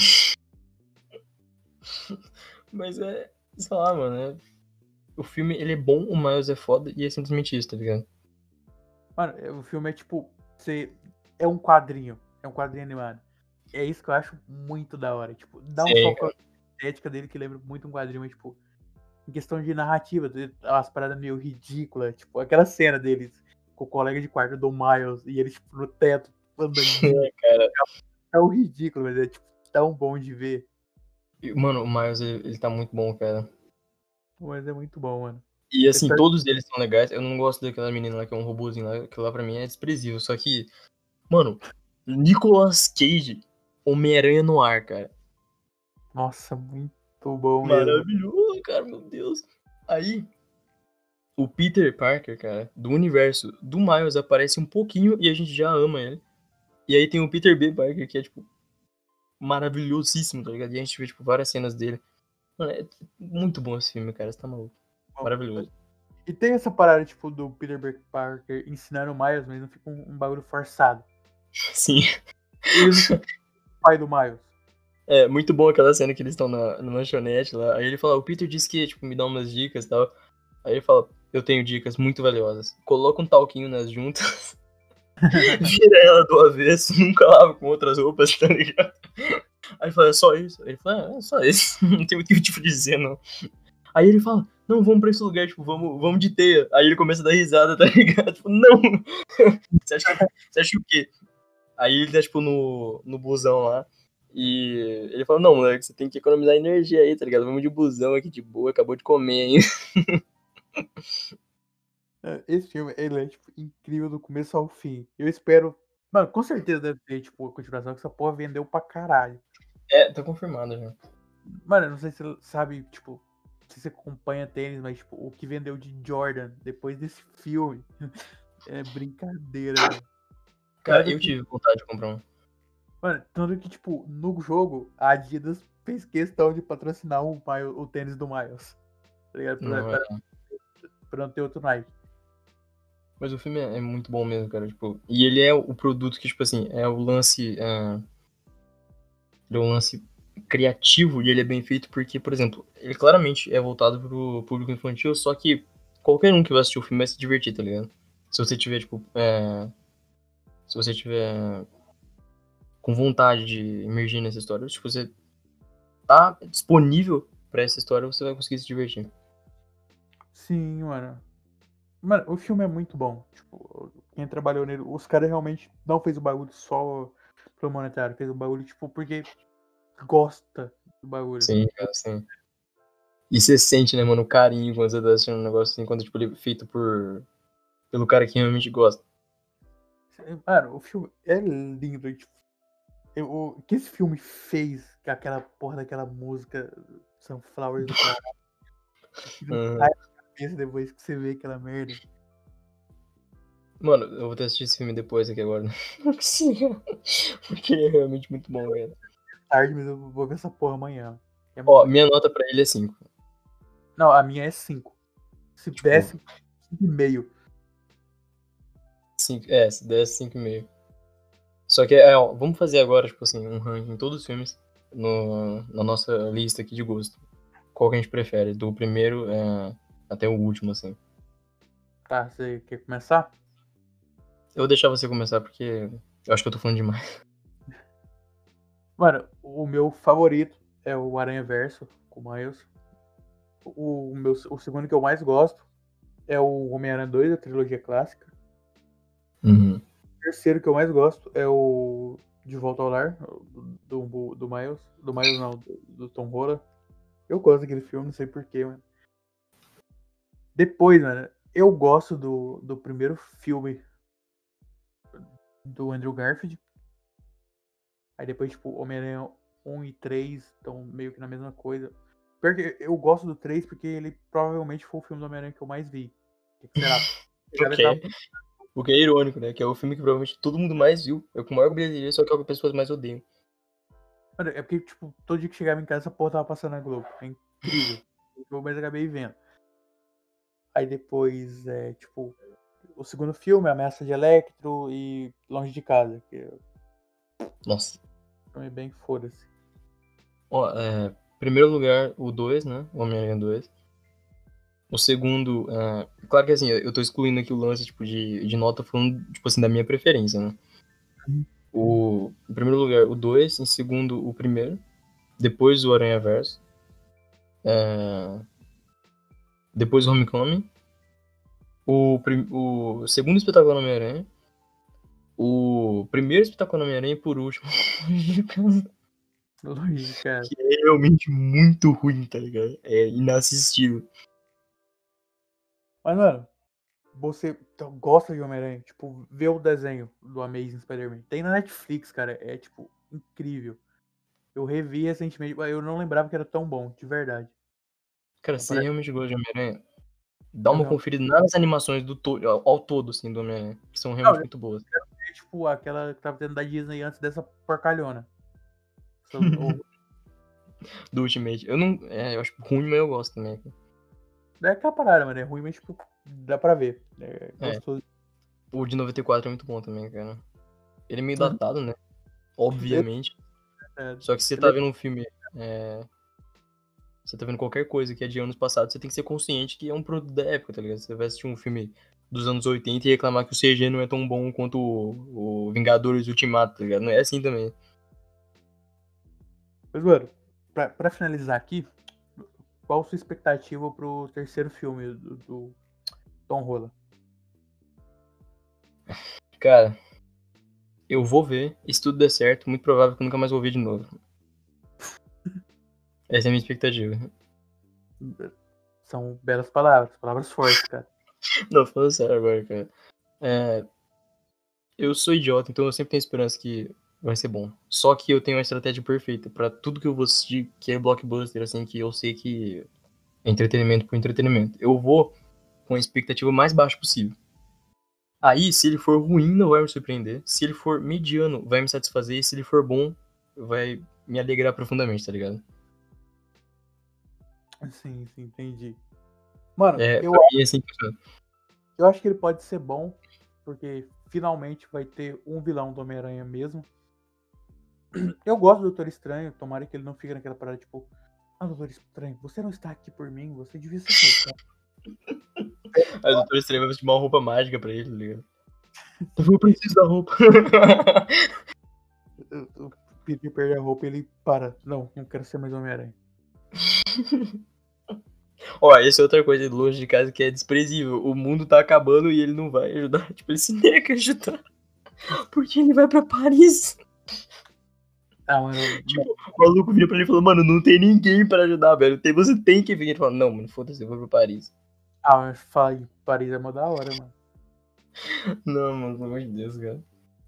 Mas é, sei lá, mano, é... O filme, ele é bom, o Miles é foda, e é simplesmente isso, tá ligado?
Mano, é- o filme é tipo. Você, é um quadrinho. É um quadrinho animado. É isso que eu acho muito da hora. Tipo, dá um
Sim,
soco.
cara.
estética dele que lembra muito um quadrinho, mas, tipo, em questão de narrativa, umas paradas meio ridículas, tipo, aquela cena deles com o colega de quarto do Miles e eles, tipo, no teto, andandinho.
Cara.
É um ridículo, mas é, tipo, tão bom de ver.
Mano, o Miles, ele, ele tá muito bom, cara.
Mas é muito bom, mano.
E, assim,
Essa-
todos eles são legais. Eu não gosto daquela menina lá que é um robôzinho lá. Aquilo lá pra mim é desprezível. Só que, mano, Nicolas Cage, Homem-Aranha no ar, cara.
Nossa, muito bom mesmo.
Maravilhoso, cara, meu Deus. Aí, o Peter Parker, cara, do universo do Miles aparece um pouquinho e a gente já ama ele. E aí tem o Peter B. Parker, que é, tipo, maravilhosíssimo, tá ligado? E a gente vê, tipo, várias cenas dele. Mano, é muito bom esse filme, cara, você tá maluco. Maravilhoso.
E tem essa parada, tipo, do Peter Parker ensinando o Miles, mas não fica um, um bagulho forçado.
Sim.
Ele não fica o pai do Miles.
É, muito bom aquela cena que eles estão na, na lanchonete lá. Aí ele fala, o Peter disse que, tipo, me dá umas dicas e tal. Aí ele fala, eu tenho dicas muito valiosas. Coloca um talquinho nas juntas, vira ela do avesso, nunca lava com outras roupas, tá ligado? Aí ele fala, é só isso? Aí ele fala, é, é só isso, não tem muito tipo de dizer, não. Aí ele fala, não, vamos pra esse lugar, tipo, vamos, vamos de teia. Aí ele começa a dar risada, tá ligado? Tipo, não! Você acha, você acha o quê? Aí ele tá, tipo, no, no busão lá. E ele fala, não, moleque, você tem que economizar energia aí, tá ligado? Vamos de busão aqui de boa, acabou de comer ainda.
Esse filme, ele é, tipo, incrível do começo ao fim. Eu espero... Mano, com certeza deve ter, tipo, a continuação, que essa porra vendeu pra caralho.
É, tá confirmado já.
Mano, eu não sei se você sabe, tipo, se você acompanha tênis, mas, tipo, o que vendeu de Jordan depois desse filme é brincadeira, velho.
Cara,
Tanto
eu
que,
tive vontade de comprar um.
mano, tanto que, tipo, no jogo, a Adidas fez questão de patrocinar o, Miles- o tênis do Miles. Tá ligado? Pra,
Não, é.
pra, pra não ter outro Nike.
Mas o filme é, é muito bom mesmo, cara. Tipo, e ele é o produto que, tipo assim, é o lance. É, ele é um lance criativo e ele é bem feito porque, por exemplo, ele claramente é voltado pro público infantil, só que qualquer um que vai assistir o filme vai se divertir, tá ligado? Se você tiver, tipo, é, se você tiver com vontade de emergir nessa história, tipo, você tá disponível pra essa história, você vai conseguir se divertir.
Sim, mano. Mano, o filme é muito bom. Tipo, quem trabalhou nele, os caras realmente não fez o bagulho só pro monetário, fez o bagulho, tipo, porque gosta do bagulho.
Sim, cara, sim. E você sente, né, mano, o carinho quando você tá assistindo um negócio assim, quando, tipo, ele é feito por... pelo cara que realmente gosta.
Mano, o filme é lindo. Tipo, eu- o que esse filme fez com aquela porra daquela música Sunflowers do cara, que não
Uhum.
sai da cabeça depois que você vê aquela merda.
Mano, eu vou ter assistido esse filme depois aqui agora. Não consigo. Porque ele é realmente muito bom, velho.
Tarde, mas eu vou ver essa porra amanhã. É
Ó,
muito...
minha nota pra ele é cinco.
Não, a minha é cinco. Se
Tipo,
desse, cinco e meio.
cinco, é, se desse cinco e meio. Só que, é, ó, vamos fazer agora, tipo assim, um ranking em todos os filmes no, na nossa lista aqui de gosto. Qual que a gente prefere? Do primeiro é, até o último, assim.
Tá, você quer começar?
Eu vou deixar você começar porque eu acho que eu tô falando demais.
Mano, o meu favorito é o Aranha Verso, com o Miles. O, meu, o segundo que eu mais gosto é o Homem-Aranha dois, a trilogia clássica.
Uhum.
O terceiro que eu mais gosto é o De Volta ao Lar, do, do, do Miles. Do Miles não, do, do Tom Holland. Eu gosto daquele filme, não sei porquê, mano. Depois, mano, eu gosto do, do primeiro filme do Andrew Garfield. Aí depois, tipo, Homem-Aranha um e três estão meio que na mesma coisa. Pior que eu gosto do três porque ele provavelmente foi o filme do Homem-Aranha que eu mais vi. O que será? Já vai
Ok.
estar...
O que é irônico, né? Que é o filme que provavelmente todo mundo mais viu. É o com maior bilheteria, só que é o que as pessoas mais odeiam.
Mano, é porque, tipo, todo dia que chegava em casa, essa porra tava passando na Globo. É incrível. Eu mais acabei vendo. Aí depois, é, tipo, o segundo filme, Ameaça de Electro e Longe de Casa, que é
Nossa.
um filme bem foda-se.
Ó, é, primeiro lugar, o dois, né? O Homem-Aranha dois. O segundo, é, claro que assim, eu tô excluindo aqui o lance, tipo, de, de nota falando, tipo assim, da minha preferência, né? O, em primeiro lugar, o dois. Em segundo, o primeiro. Depois o Aranha Verso. É... Depois Homecoming. O, prim... o segundo Espetacular Homem-Aranha. O primeiro Espetacular Homem-Aranha e por último.
Longe, cara.
Que é realmente muito ruim, tá ligado? É inassistível.
Mas, mano, você então, gosta de Homem-Aranha? Tipo, vê o desenho do Amazing Spider-Man. Tem na Netflix, cara. É, tipo, incrível. Eu revi recentemente, mas eu não lembrava que era tão bom, de verdade.
Cara,
Então,
se
parece
realmente gosta de Homem-Aranha, dá
que eu
uma
realmente.
conferida nas animações do to... ao, ao todo, assim, do Homem-Aranha. Que são
Não,
realmente
eu
muito boas.
quero ver, tipo, aquela que tava tendo da Disney antes dessa porcalhona. Essa horror-
Do Ultimate. Eu não. É, eu acho ruim, mas eu gosto também.
É aquela parada, mano. É ruim, mas, tipo, dá pra ver. É
É.
gostoso.
O de noventa e quatro é muito bom também, cara. Ele é meio
Uhum.
datado, né?
Ele-
Obviamente.
é,
Só que se você
ele
tá
é-
vendo um filme. É... Você tá vendo qualquer coisa que é de anos passados, você tem que ser consciente que é um produto da época, tá ligado? Você vai assistir um filme dos anos oitenta e reclamar que o C G não é tão bom quanto o, o Vingadores Ultimato, tá ligado? Não é assim também.
Mas, mano, pra, pra finalizar aqui, qual a sua expectativa pro terceiro filme do, do Tom Holland?
Cara, eu vou ver, e se tudo der certo, muito provável que eu nunca mais vou ver de novo. Essa é a minha expectativa.
São belas palavras, palavras fortes, cara.
Não, falando sério agora, cara. É, eu sou idiota, então eu sempre tenho esperança que vai ser bom. Só que eu tenho uma estratégia perfeita pra tudo que eu vou assistir, que é blockbuster, assim, que eu sei que é entretenimento por entretenimento. Eu vou com a expectativa mais baixa possível. Aí, se ele for ruim, não vai me surpreender. Se ele for mediano, vai me satisfazer. E se ele for bom, vai me alegrar profundamente, tá ligado?
Sim, sim, entendi. Mano,
É,
eu,
pra mim é assim que funciona.
eu acho que ele pode ser bom, porque finalmente vai ter um vilão do Homem-Aranha mesmo. Eu gosto do Doutor Estranho, tomara que ele não fique naquela parada tipo, ah, Doutor Estranho, você não está aqui por mim, você devia ser meu.
Aí o Doutor Estranho vai vestir uma roupa mágica pra ele, tá ligado? Eu preciso da roupa.
O Peter perde a roupa e ele para. Não, não quero ser mais Homem-Aranha.
Ó, essa é outra coisa de longe de casa que é desprezível. O mundo tá acabando e ele não vai ajudar. Tipo, ele se nega a ajudar. Porque ele vai pra Paris.
Ah, mano,
Tipo, o maluco vira pra ele e falou, mano, não tem ninguém pra ajudar, velho. Tem, você tem que vir. Ele fala, não, mano, foda-se, eu vou pra Paris.
ah, mas fala em Paris é mó da hora, mano.
Não, mano, pelo amor de Deus, cara.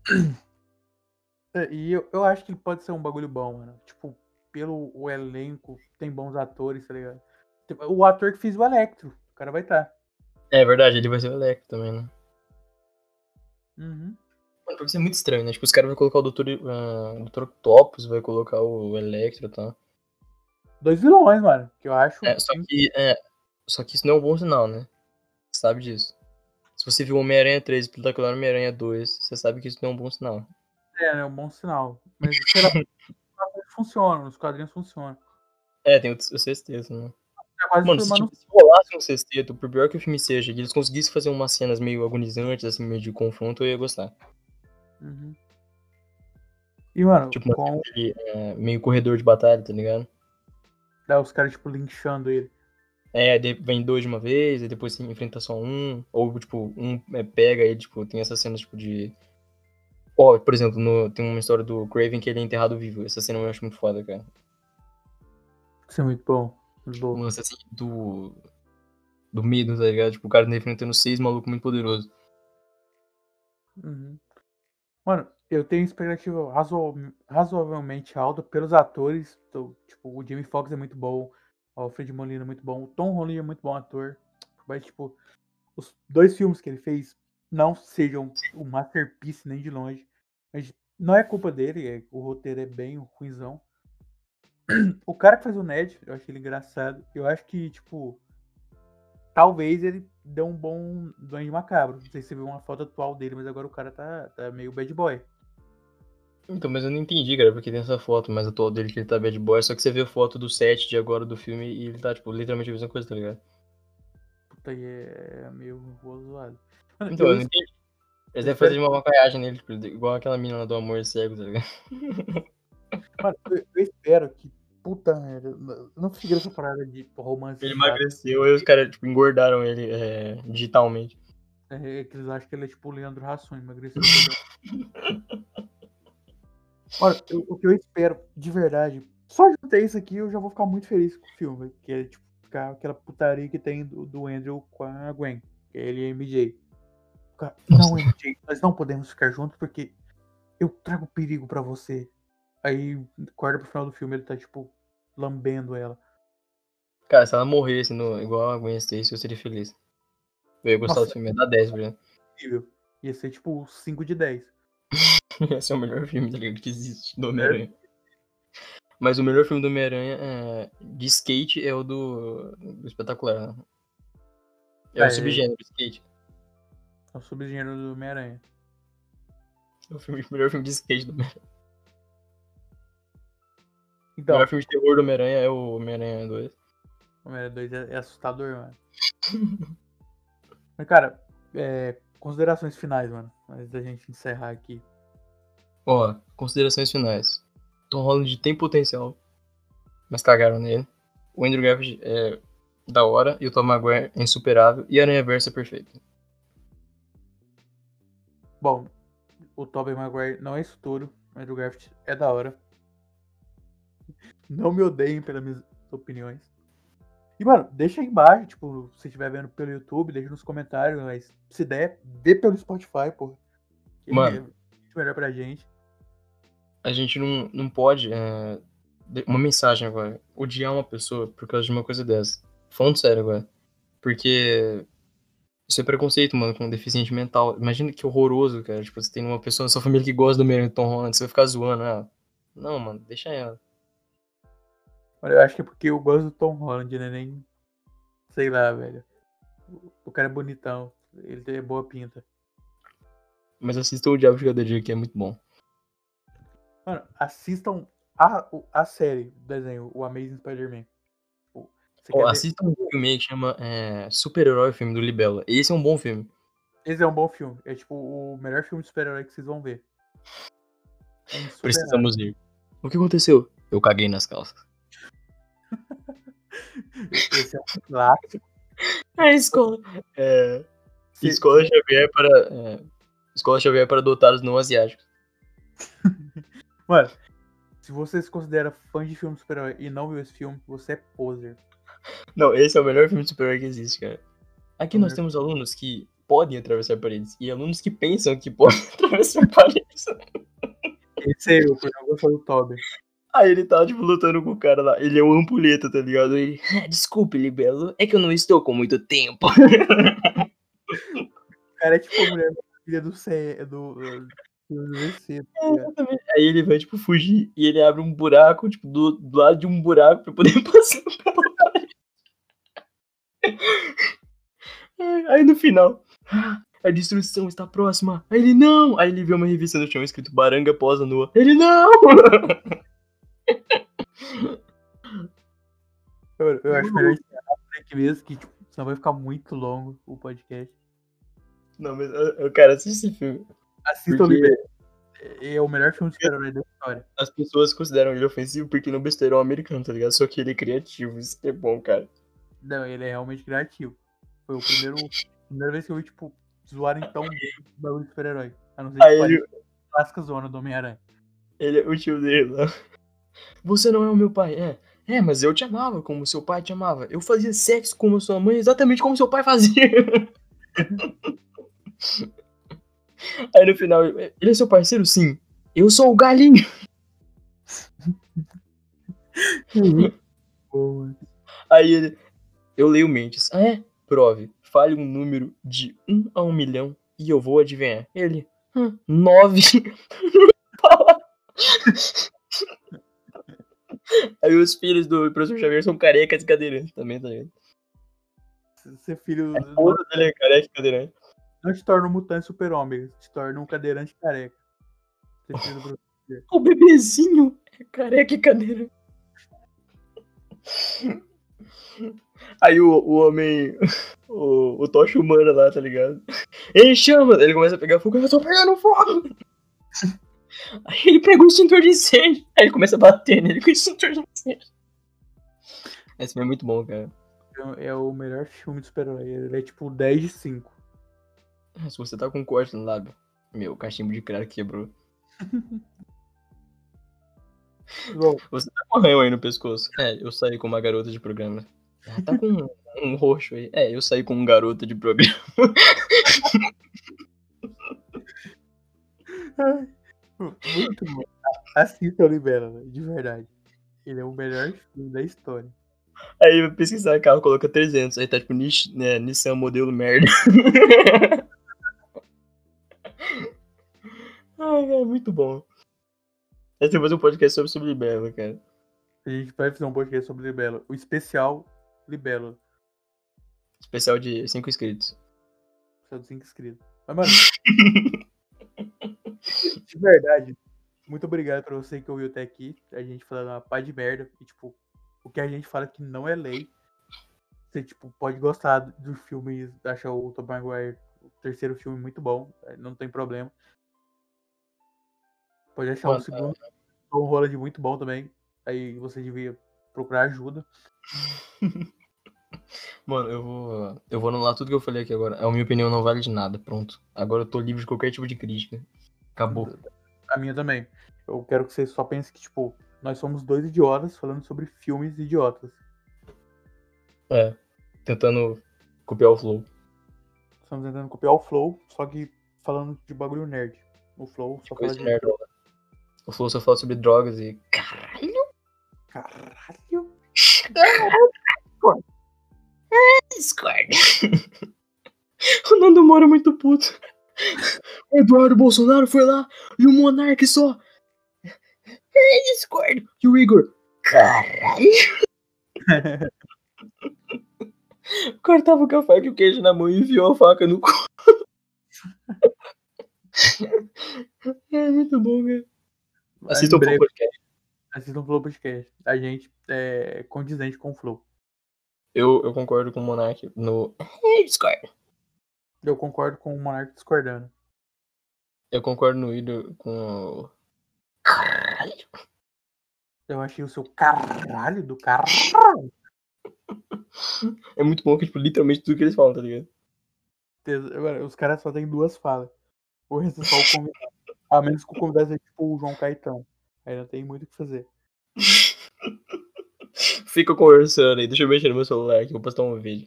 É, e eu, eu acho que ele pode ser um bagulho bom, mano. Tipo, pelo o elenco, tem bons atores, tá ligado? Tipo, o ator que fez o Electro, o cara vai estar. Tá.
É verdade, ele vai ser o Electro também, né?
Uhum.
Mano, porque isso é muito estranho, né? Tipo, os caras vão colocar o doutor Uh, doutor Octopus, vai colocar o Electro e tal.
Dois vilões, mano, que eu acho.
É, só que, é, só que isso não é um bom sinal, né? Você sabe disso. Se você viu Homem-Aranha três e Espetacular Homem-Aranha dois, você sabe que isso não é um bom sinal.
É, é um bom sinal. Mas, sei lá, funciona, os quadrinhos funcionam.
É, tem o, o sexteto, né?
É quase
Mano, se,
firmando.
tipo, se rolasse um sexteto, por pior que o filme seja, e eles conseguissem fazer umas cenas meio agonizantes, assim, meio de confronto, eu ia gostar.
Uhum. E, mano,
Tipo, uma
com
cena de, é, meio corredor de batalha, tá ligado?
é, os caras, tipo, linchando ele.
É, de- vem dois de uma vez, e depois se enfrenta só um. Ou, tipo, um é, pega e, tipo, tem essas cenas, tipo, de... Ó, por exemplo, no- tem uma história do Craven que ele é enterrado vivo. Essa cena eu acho muito foda, cara.
Isso é muito bom. Muito
Um
bom.
lance, assim, do... Do medo, tá ligado? Tipo, o cara tá enfrentando seis malucos muito poderosos.
Uhum. Mano, eu tenho expectativa razo- razoavelmente alta pelos atores. Então, tipo, o Jamie Foxx é muito bom. O Alfred Molina é muito bom. O Tom Holland é muito bom ator. Mas, tipo, os dois filmes que ele fez não sejam um masterpiece nem de longe. Mas não é culpa dele, é, o roteiro é bem ruimzão. O cara que faz o Ned, eu acho ele engraçado. Eu acho que, tipo, talvez ele dê um bom Duende Macabro. Não sei se você viu uma foto atual dele, mas agora o cara tá, tá meio bad boy.
Então, mas eu não entendi, cara, porque tem essa foto mais atual dele que ele tá bad boy, só que você vê a foto do set de agora do filme e ele tá, tipo, literalmente a mesma coisa, tá ligado?
Puta, aí é meio zoado. Mano,
Então,
eu,
eu não
es-
entendi. Eles
eu
devem
espero
fazer
que.
uma maquiagem nele, tipo, igual aquela mina lá do Amor Cego, tá ligado?
Mano, eu, eu espero que puta merda. Não fica essa parada de romance.
Ele
chato.
emagreceu e os caras, tipo, engordaram ele é, digitalmente.
É que eles acham que ele é tipo o Leandro Hassum, emagreceu. Olha, eu- o que eu espero, de verdade, só de ter isso aqui eu já vou ficar muito feliz com o filme, que é tipo ficar aquela putaria que tem do, do Andrew com a Gwen, que ele é M J. Ficar, não, M J, nós não podemos ficar juntos porque eu trago perigo pra você. Aí, corta pro final do filme, ele tá tipo lambendo ela.
Cara, se ela morresse no, igual a Gwen Stacy, eu seria feliz. Eu ia gostar
Nossa,
do filme, ia dar dez, por exemplo.
incrível. Ia ser tipo cinco de dez.
Ia ser o melhor filme, tá ligado, que existe do Homem-Aranha. Mas o melhor filme do Homem-Aranha é, de skate é o do, do Espetacular. Né? É,
É,
o subgênero do skate.
É o subgênero do Homem-Aranha.
É o, filme, o melhor filme de skate do Homem-Aranha. O
Então,
melhor filme de terror do Homem-Aranha é o Homem-Aranha dois.
o Homem-Aranha dois é, é assustador, mano. Mas, cara, é, considerações finais, mano. Antes da gente encerrar aqui.
Ó, considerações finais. Tom Holland tem potencial, mas cagaram nele. O Andrew Garfield é da hora e o Tom Maguire é insuperável e a Aranha-Verso é perfeito.
Bom, o Tobey Maguire não é isso tudo. O Andrew Garfield é da hora. Não me odeiem pelas minhas opiniões. E, mano, deixa aí embaixo, tipo, se estiver vendo pelo YouTube, deixa nos comentários, mas se der, vê pelo Spotify, porra. Que
Mano.
é muito melhor pra gente.
A gente não, não pode... É... Uma mensagem agora. Odiar uma pessoa por causa de uma coisa dessa. Falando sério agora. Porque... Isso é preconceito, mano, com deficiente mental. Imagina que horroroso, cara. Tipo, você tem uma pessoa na sua família que gosta do mesmo Tom Holland, você vai ficar zoando ela. Não, mano, deixa ela.
Eu acho que é porque eu gosto do Tom Holland, né? Nem. Sei lá, velho. O cara é bonitão. Ele tem boa pinta.
Mas assista o Diabo de Cada Dia, que é muito bom.
Mano, assistam a, a série do desenho, o Amazing Spider-Man. Você
Oh,
quer ver?
assista um filme aí que chama é, Super-Herói, filme do Libela. Esse é um bom filme.
Esse é um bom filme. É tipo o melhor filme de super-herói que vocês vão ver. É insuperável.
Precisamos ir. O que aconteceu? Eu caguei nas calças.
Esse é um clássico.
A escola. É,
Se-
escola Xavier para. É, escola Xavier para dotados não asiáticos.
Mano, se você se considera fã de filme de super-herói e não viu esse filme, você é poser.
Não, esse é o melhor filme de super-herói que existe, cara. Aqui
É o
nós
melhor-
temos alunos que podem atravessar paredes e alunos que pensam que podem atravessar paredes.
Esse é eu, porque eu gosto do Tobey.
Aí ele tá, tipo, lutando com o cara lá. Ele é um ampulheta, tá ligado? Ele, "Ah, desculpe, Libelo, é que eu não estou com muito tempo."
O cara é tipo a mulher filha do C, do, do, do V C, tá ligado?
Aí ele vai, tipo, fugir e ele abre um buraco, tipo, do, do lado de um buraco pra poder passar pela parede. Aí no final, "Ah, a destruição está próxima." Aí ele, não! Aí ele vê uma revista no chão escrito Baranga posa nua. Ele, não!
Eu, eu acho melhor encerrar por aqui mesmo, que tipo, senão vai ficar muito longo o podcast.
Não, mas, eu, cara, assiste esse filme.
Assista o
Porque
Libelo. É o melhor filme de super-herói da história.
as pessoas consideram ele ofensivo porque ele é um besteirão americano, tá ligado? Só que ele é criativo, isso que é bom, cara.
Não, ele é realmente criativo. Foi o primeiro, a primeira vez que eu vi, tipo, zoarem tão bem o bagulho de super-herói. A não ser
Aí
que
ele,
tipo, a clássica zona do Homem-Aranha.
ele é o tio dele lá. Você não é o meu pai, é. É, mas eu te amava como seu pai te amava. Eu fazia sexo com a sua mãe exatamente como seu pai fazia. Aí no final, ele é seu parceiro? Sim. Eu sou o galinho.
Boa.
Aí ele, eu leio mentes. Ah, é? Prove. Fale um número de um a um milhão e eu vou adivinhar. Ele, hum, nove. Aí os filhos do professor Xavier são carecas e cadeirantes também, tá ligado?
Ser filho.
A esposa dele é careca e cadeirante.
Não te torna um mutante super-homem, te torna um cadeirante careca. Ser filho do professor.
O bebezinho é careca e cadeirante. Aí o, o homem, o, o Tocha Humana lá, tá ligado? Ele chama, ele começa a pegar fogo, eu tô pegando fogo. Aí ele pega o extintor de incêndio, aí ele começa a bater nele com o extintor de incêndio. Esse filme é muito bom, cara.
É, é o melhor filme de super-herói. Ele é tipo dez de cinco.
Se você tá com um corte no lábio, meu, cachimbo de crack quebrou.
Bom,
Você tá com arranhão aí no pescoço? É, eu saí com uma garota de programa. Ah, tá com um, um roxo aí. É, eu saí com um garoto de programa.
muito bom. Assista o Libélula, de verdade. Ele é o melhor filme da história.
Aí eu pesquisar carro, coloca trezentos. Aí tá tipo Nish, né, Nissan modelo merda. Ai, é muito bom. A gente vai fazer um podcast sobre, sobre Libélula, cara.
A gente vai fazer um podcast sobre Libélula. O especial Libélula.
Especial de cinco inscritos.
Só de cinco inscritos. Mas, mano, de verdade, muito obrigado pra você que ouviu até aqui. A gente falando uma pá de merda. E, tipo, o que a gente fala que não é lei. Você, tipo, pode gostar dos filmes, achar o Tobey Maguire, o terceiro filme, muito bom. Não tem problema. Pode achar
Mano,
o segundo, o Tom Holland, muito bom também. Aí você devia procurar ajuda.
Mano, eu vou. Eu vou anular tudo que eu falei aqui agora. A minha opinião não vale de nada. Pronto. Agora eu tô livre de qualquer tipo de crítica. Acabou.
A minha também. Eu quero que você só pense que, tipo, nós somos dois idiotas falando sobre filmes idiotas.
É. Tentando copiar o flow.
Estamos tentando copiar o Flow, só que falando de bagulho nerd. O Flow só fala
Coisa
de.
nerdola. O flow só fala sobre drogas e. Caralho!
Caralho!
Discord. O Nando Moura é muito puto. O Eduardo Bolsonaro foi lá e o Monark só. Discord. E o Igor. Caralho! O cara tava com a faca e o queijo na mão e enfiou a faca no cu. É muito bom, cara. Assistam o Flow Podcast.
Assistam o Flow Podcast. A gente é condizente com o Flow.
Eu, eu concordo com o Monark no Discord.
Eu concordo com o Monark discordando.
Eu concordo no Igor com o. Caralho!
Eu achei o seu caralho do caralho.
É muito bom que, tipo, literalmente tudo que eles falam, tá ligado?
Agora, os caras só tem duas falas. O resto é só o convidado. A menos que o convidado seja tipo o João Caetano. Aí não tem muito o que fazer.
Fica conversando aí. Deixa eu mexer no meu celular aqui. Vou postar um vídeo.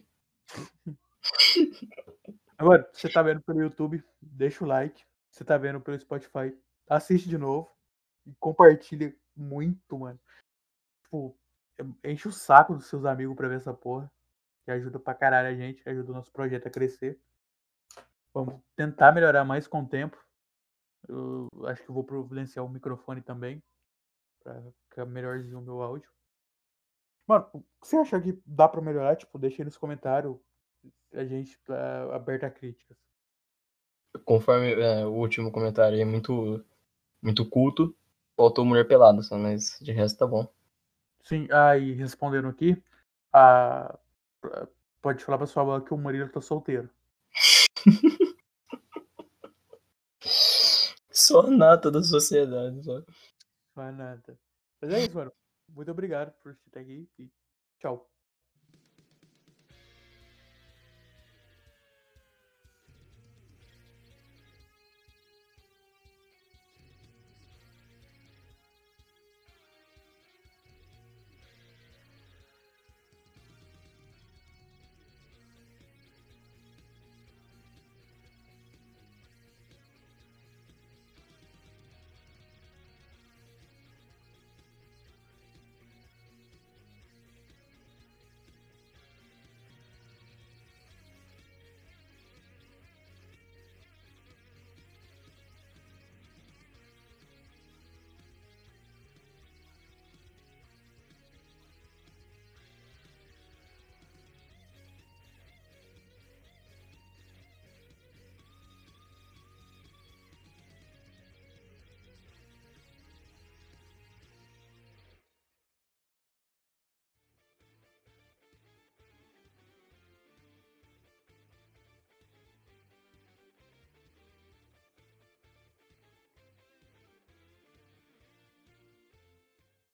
Agora, você tá vendo pelo YouTube, deixa o like. Você tá vendo pelo Spotify, assiste de novo. E compartilha muito, mano. Tipo, enche o saco dos seus amigos pra ver essa porra. Que ajuda pra caralho a gente, ajuda o nosso projeto a crescer. Vamos tentar melhorar mais com o tempo. Eu acho que eu vou providenciar o microfone também. Pra ficar melhorzinho o meu áudio. Mano, o que você acha que dá pra melhorar? Tipo, deixa aí nos comentários. A gente tá aberto a críticas.
Conforme é, o último comentário é muito, muito culto, faltou mulher pelada só, mas de resto tá bom.
Sim, aí respondendo aqui, a... pode falar pra sua avó que o Murilo tá solteiro.
Só a nata da sociedade, só.
Não é nada. Mas é isso, mano. Muito obrigado por estar aqui e tchau.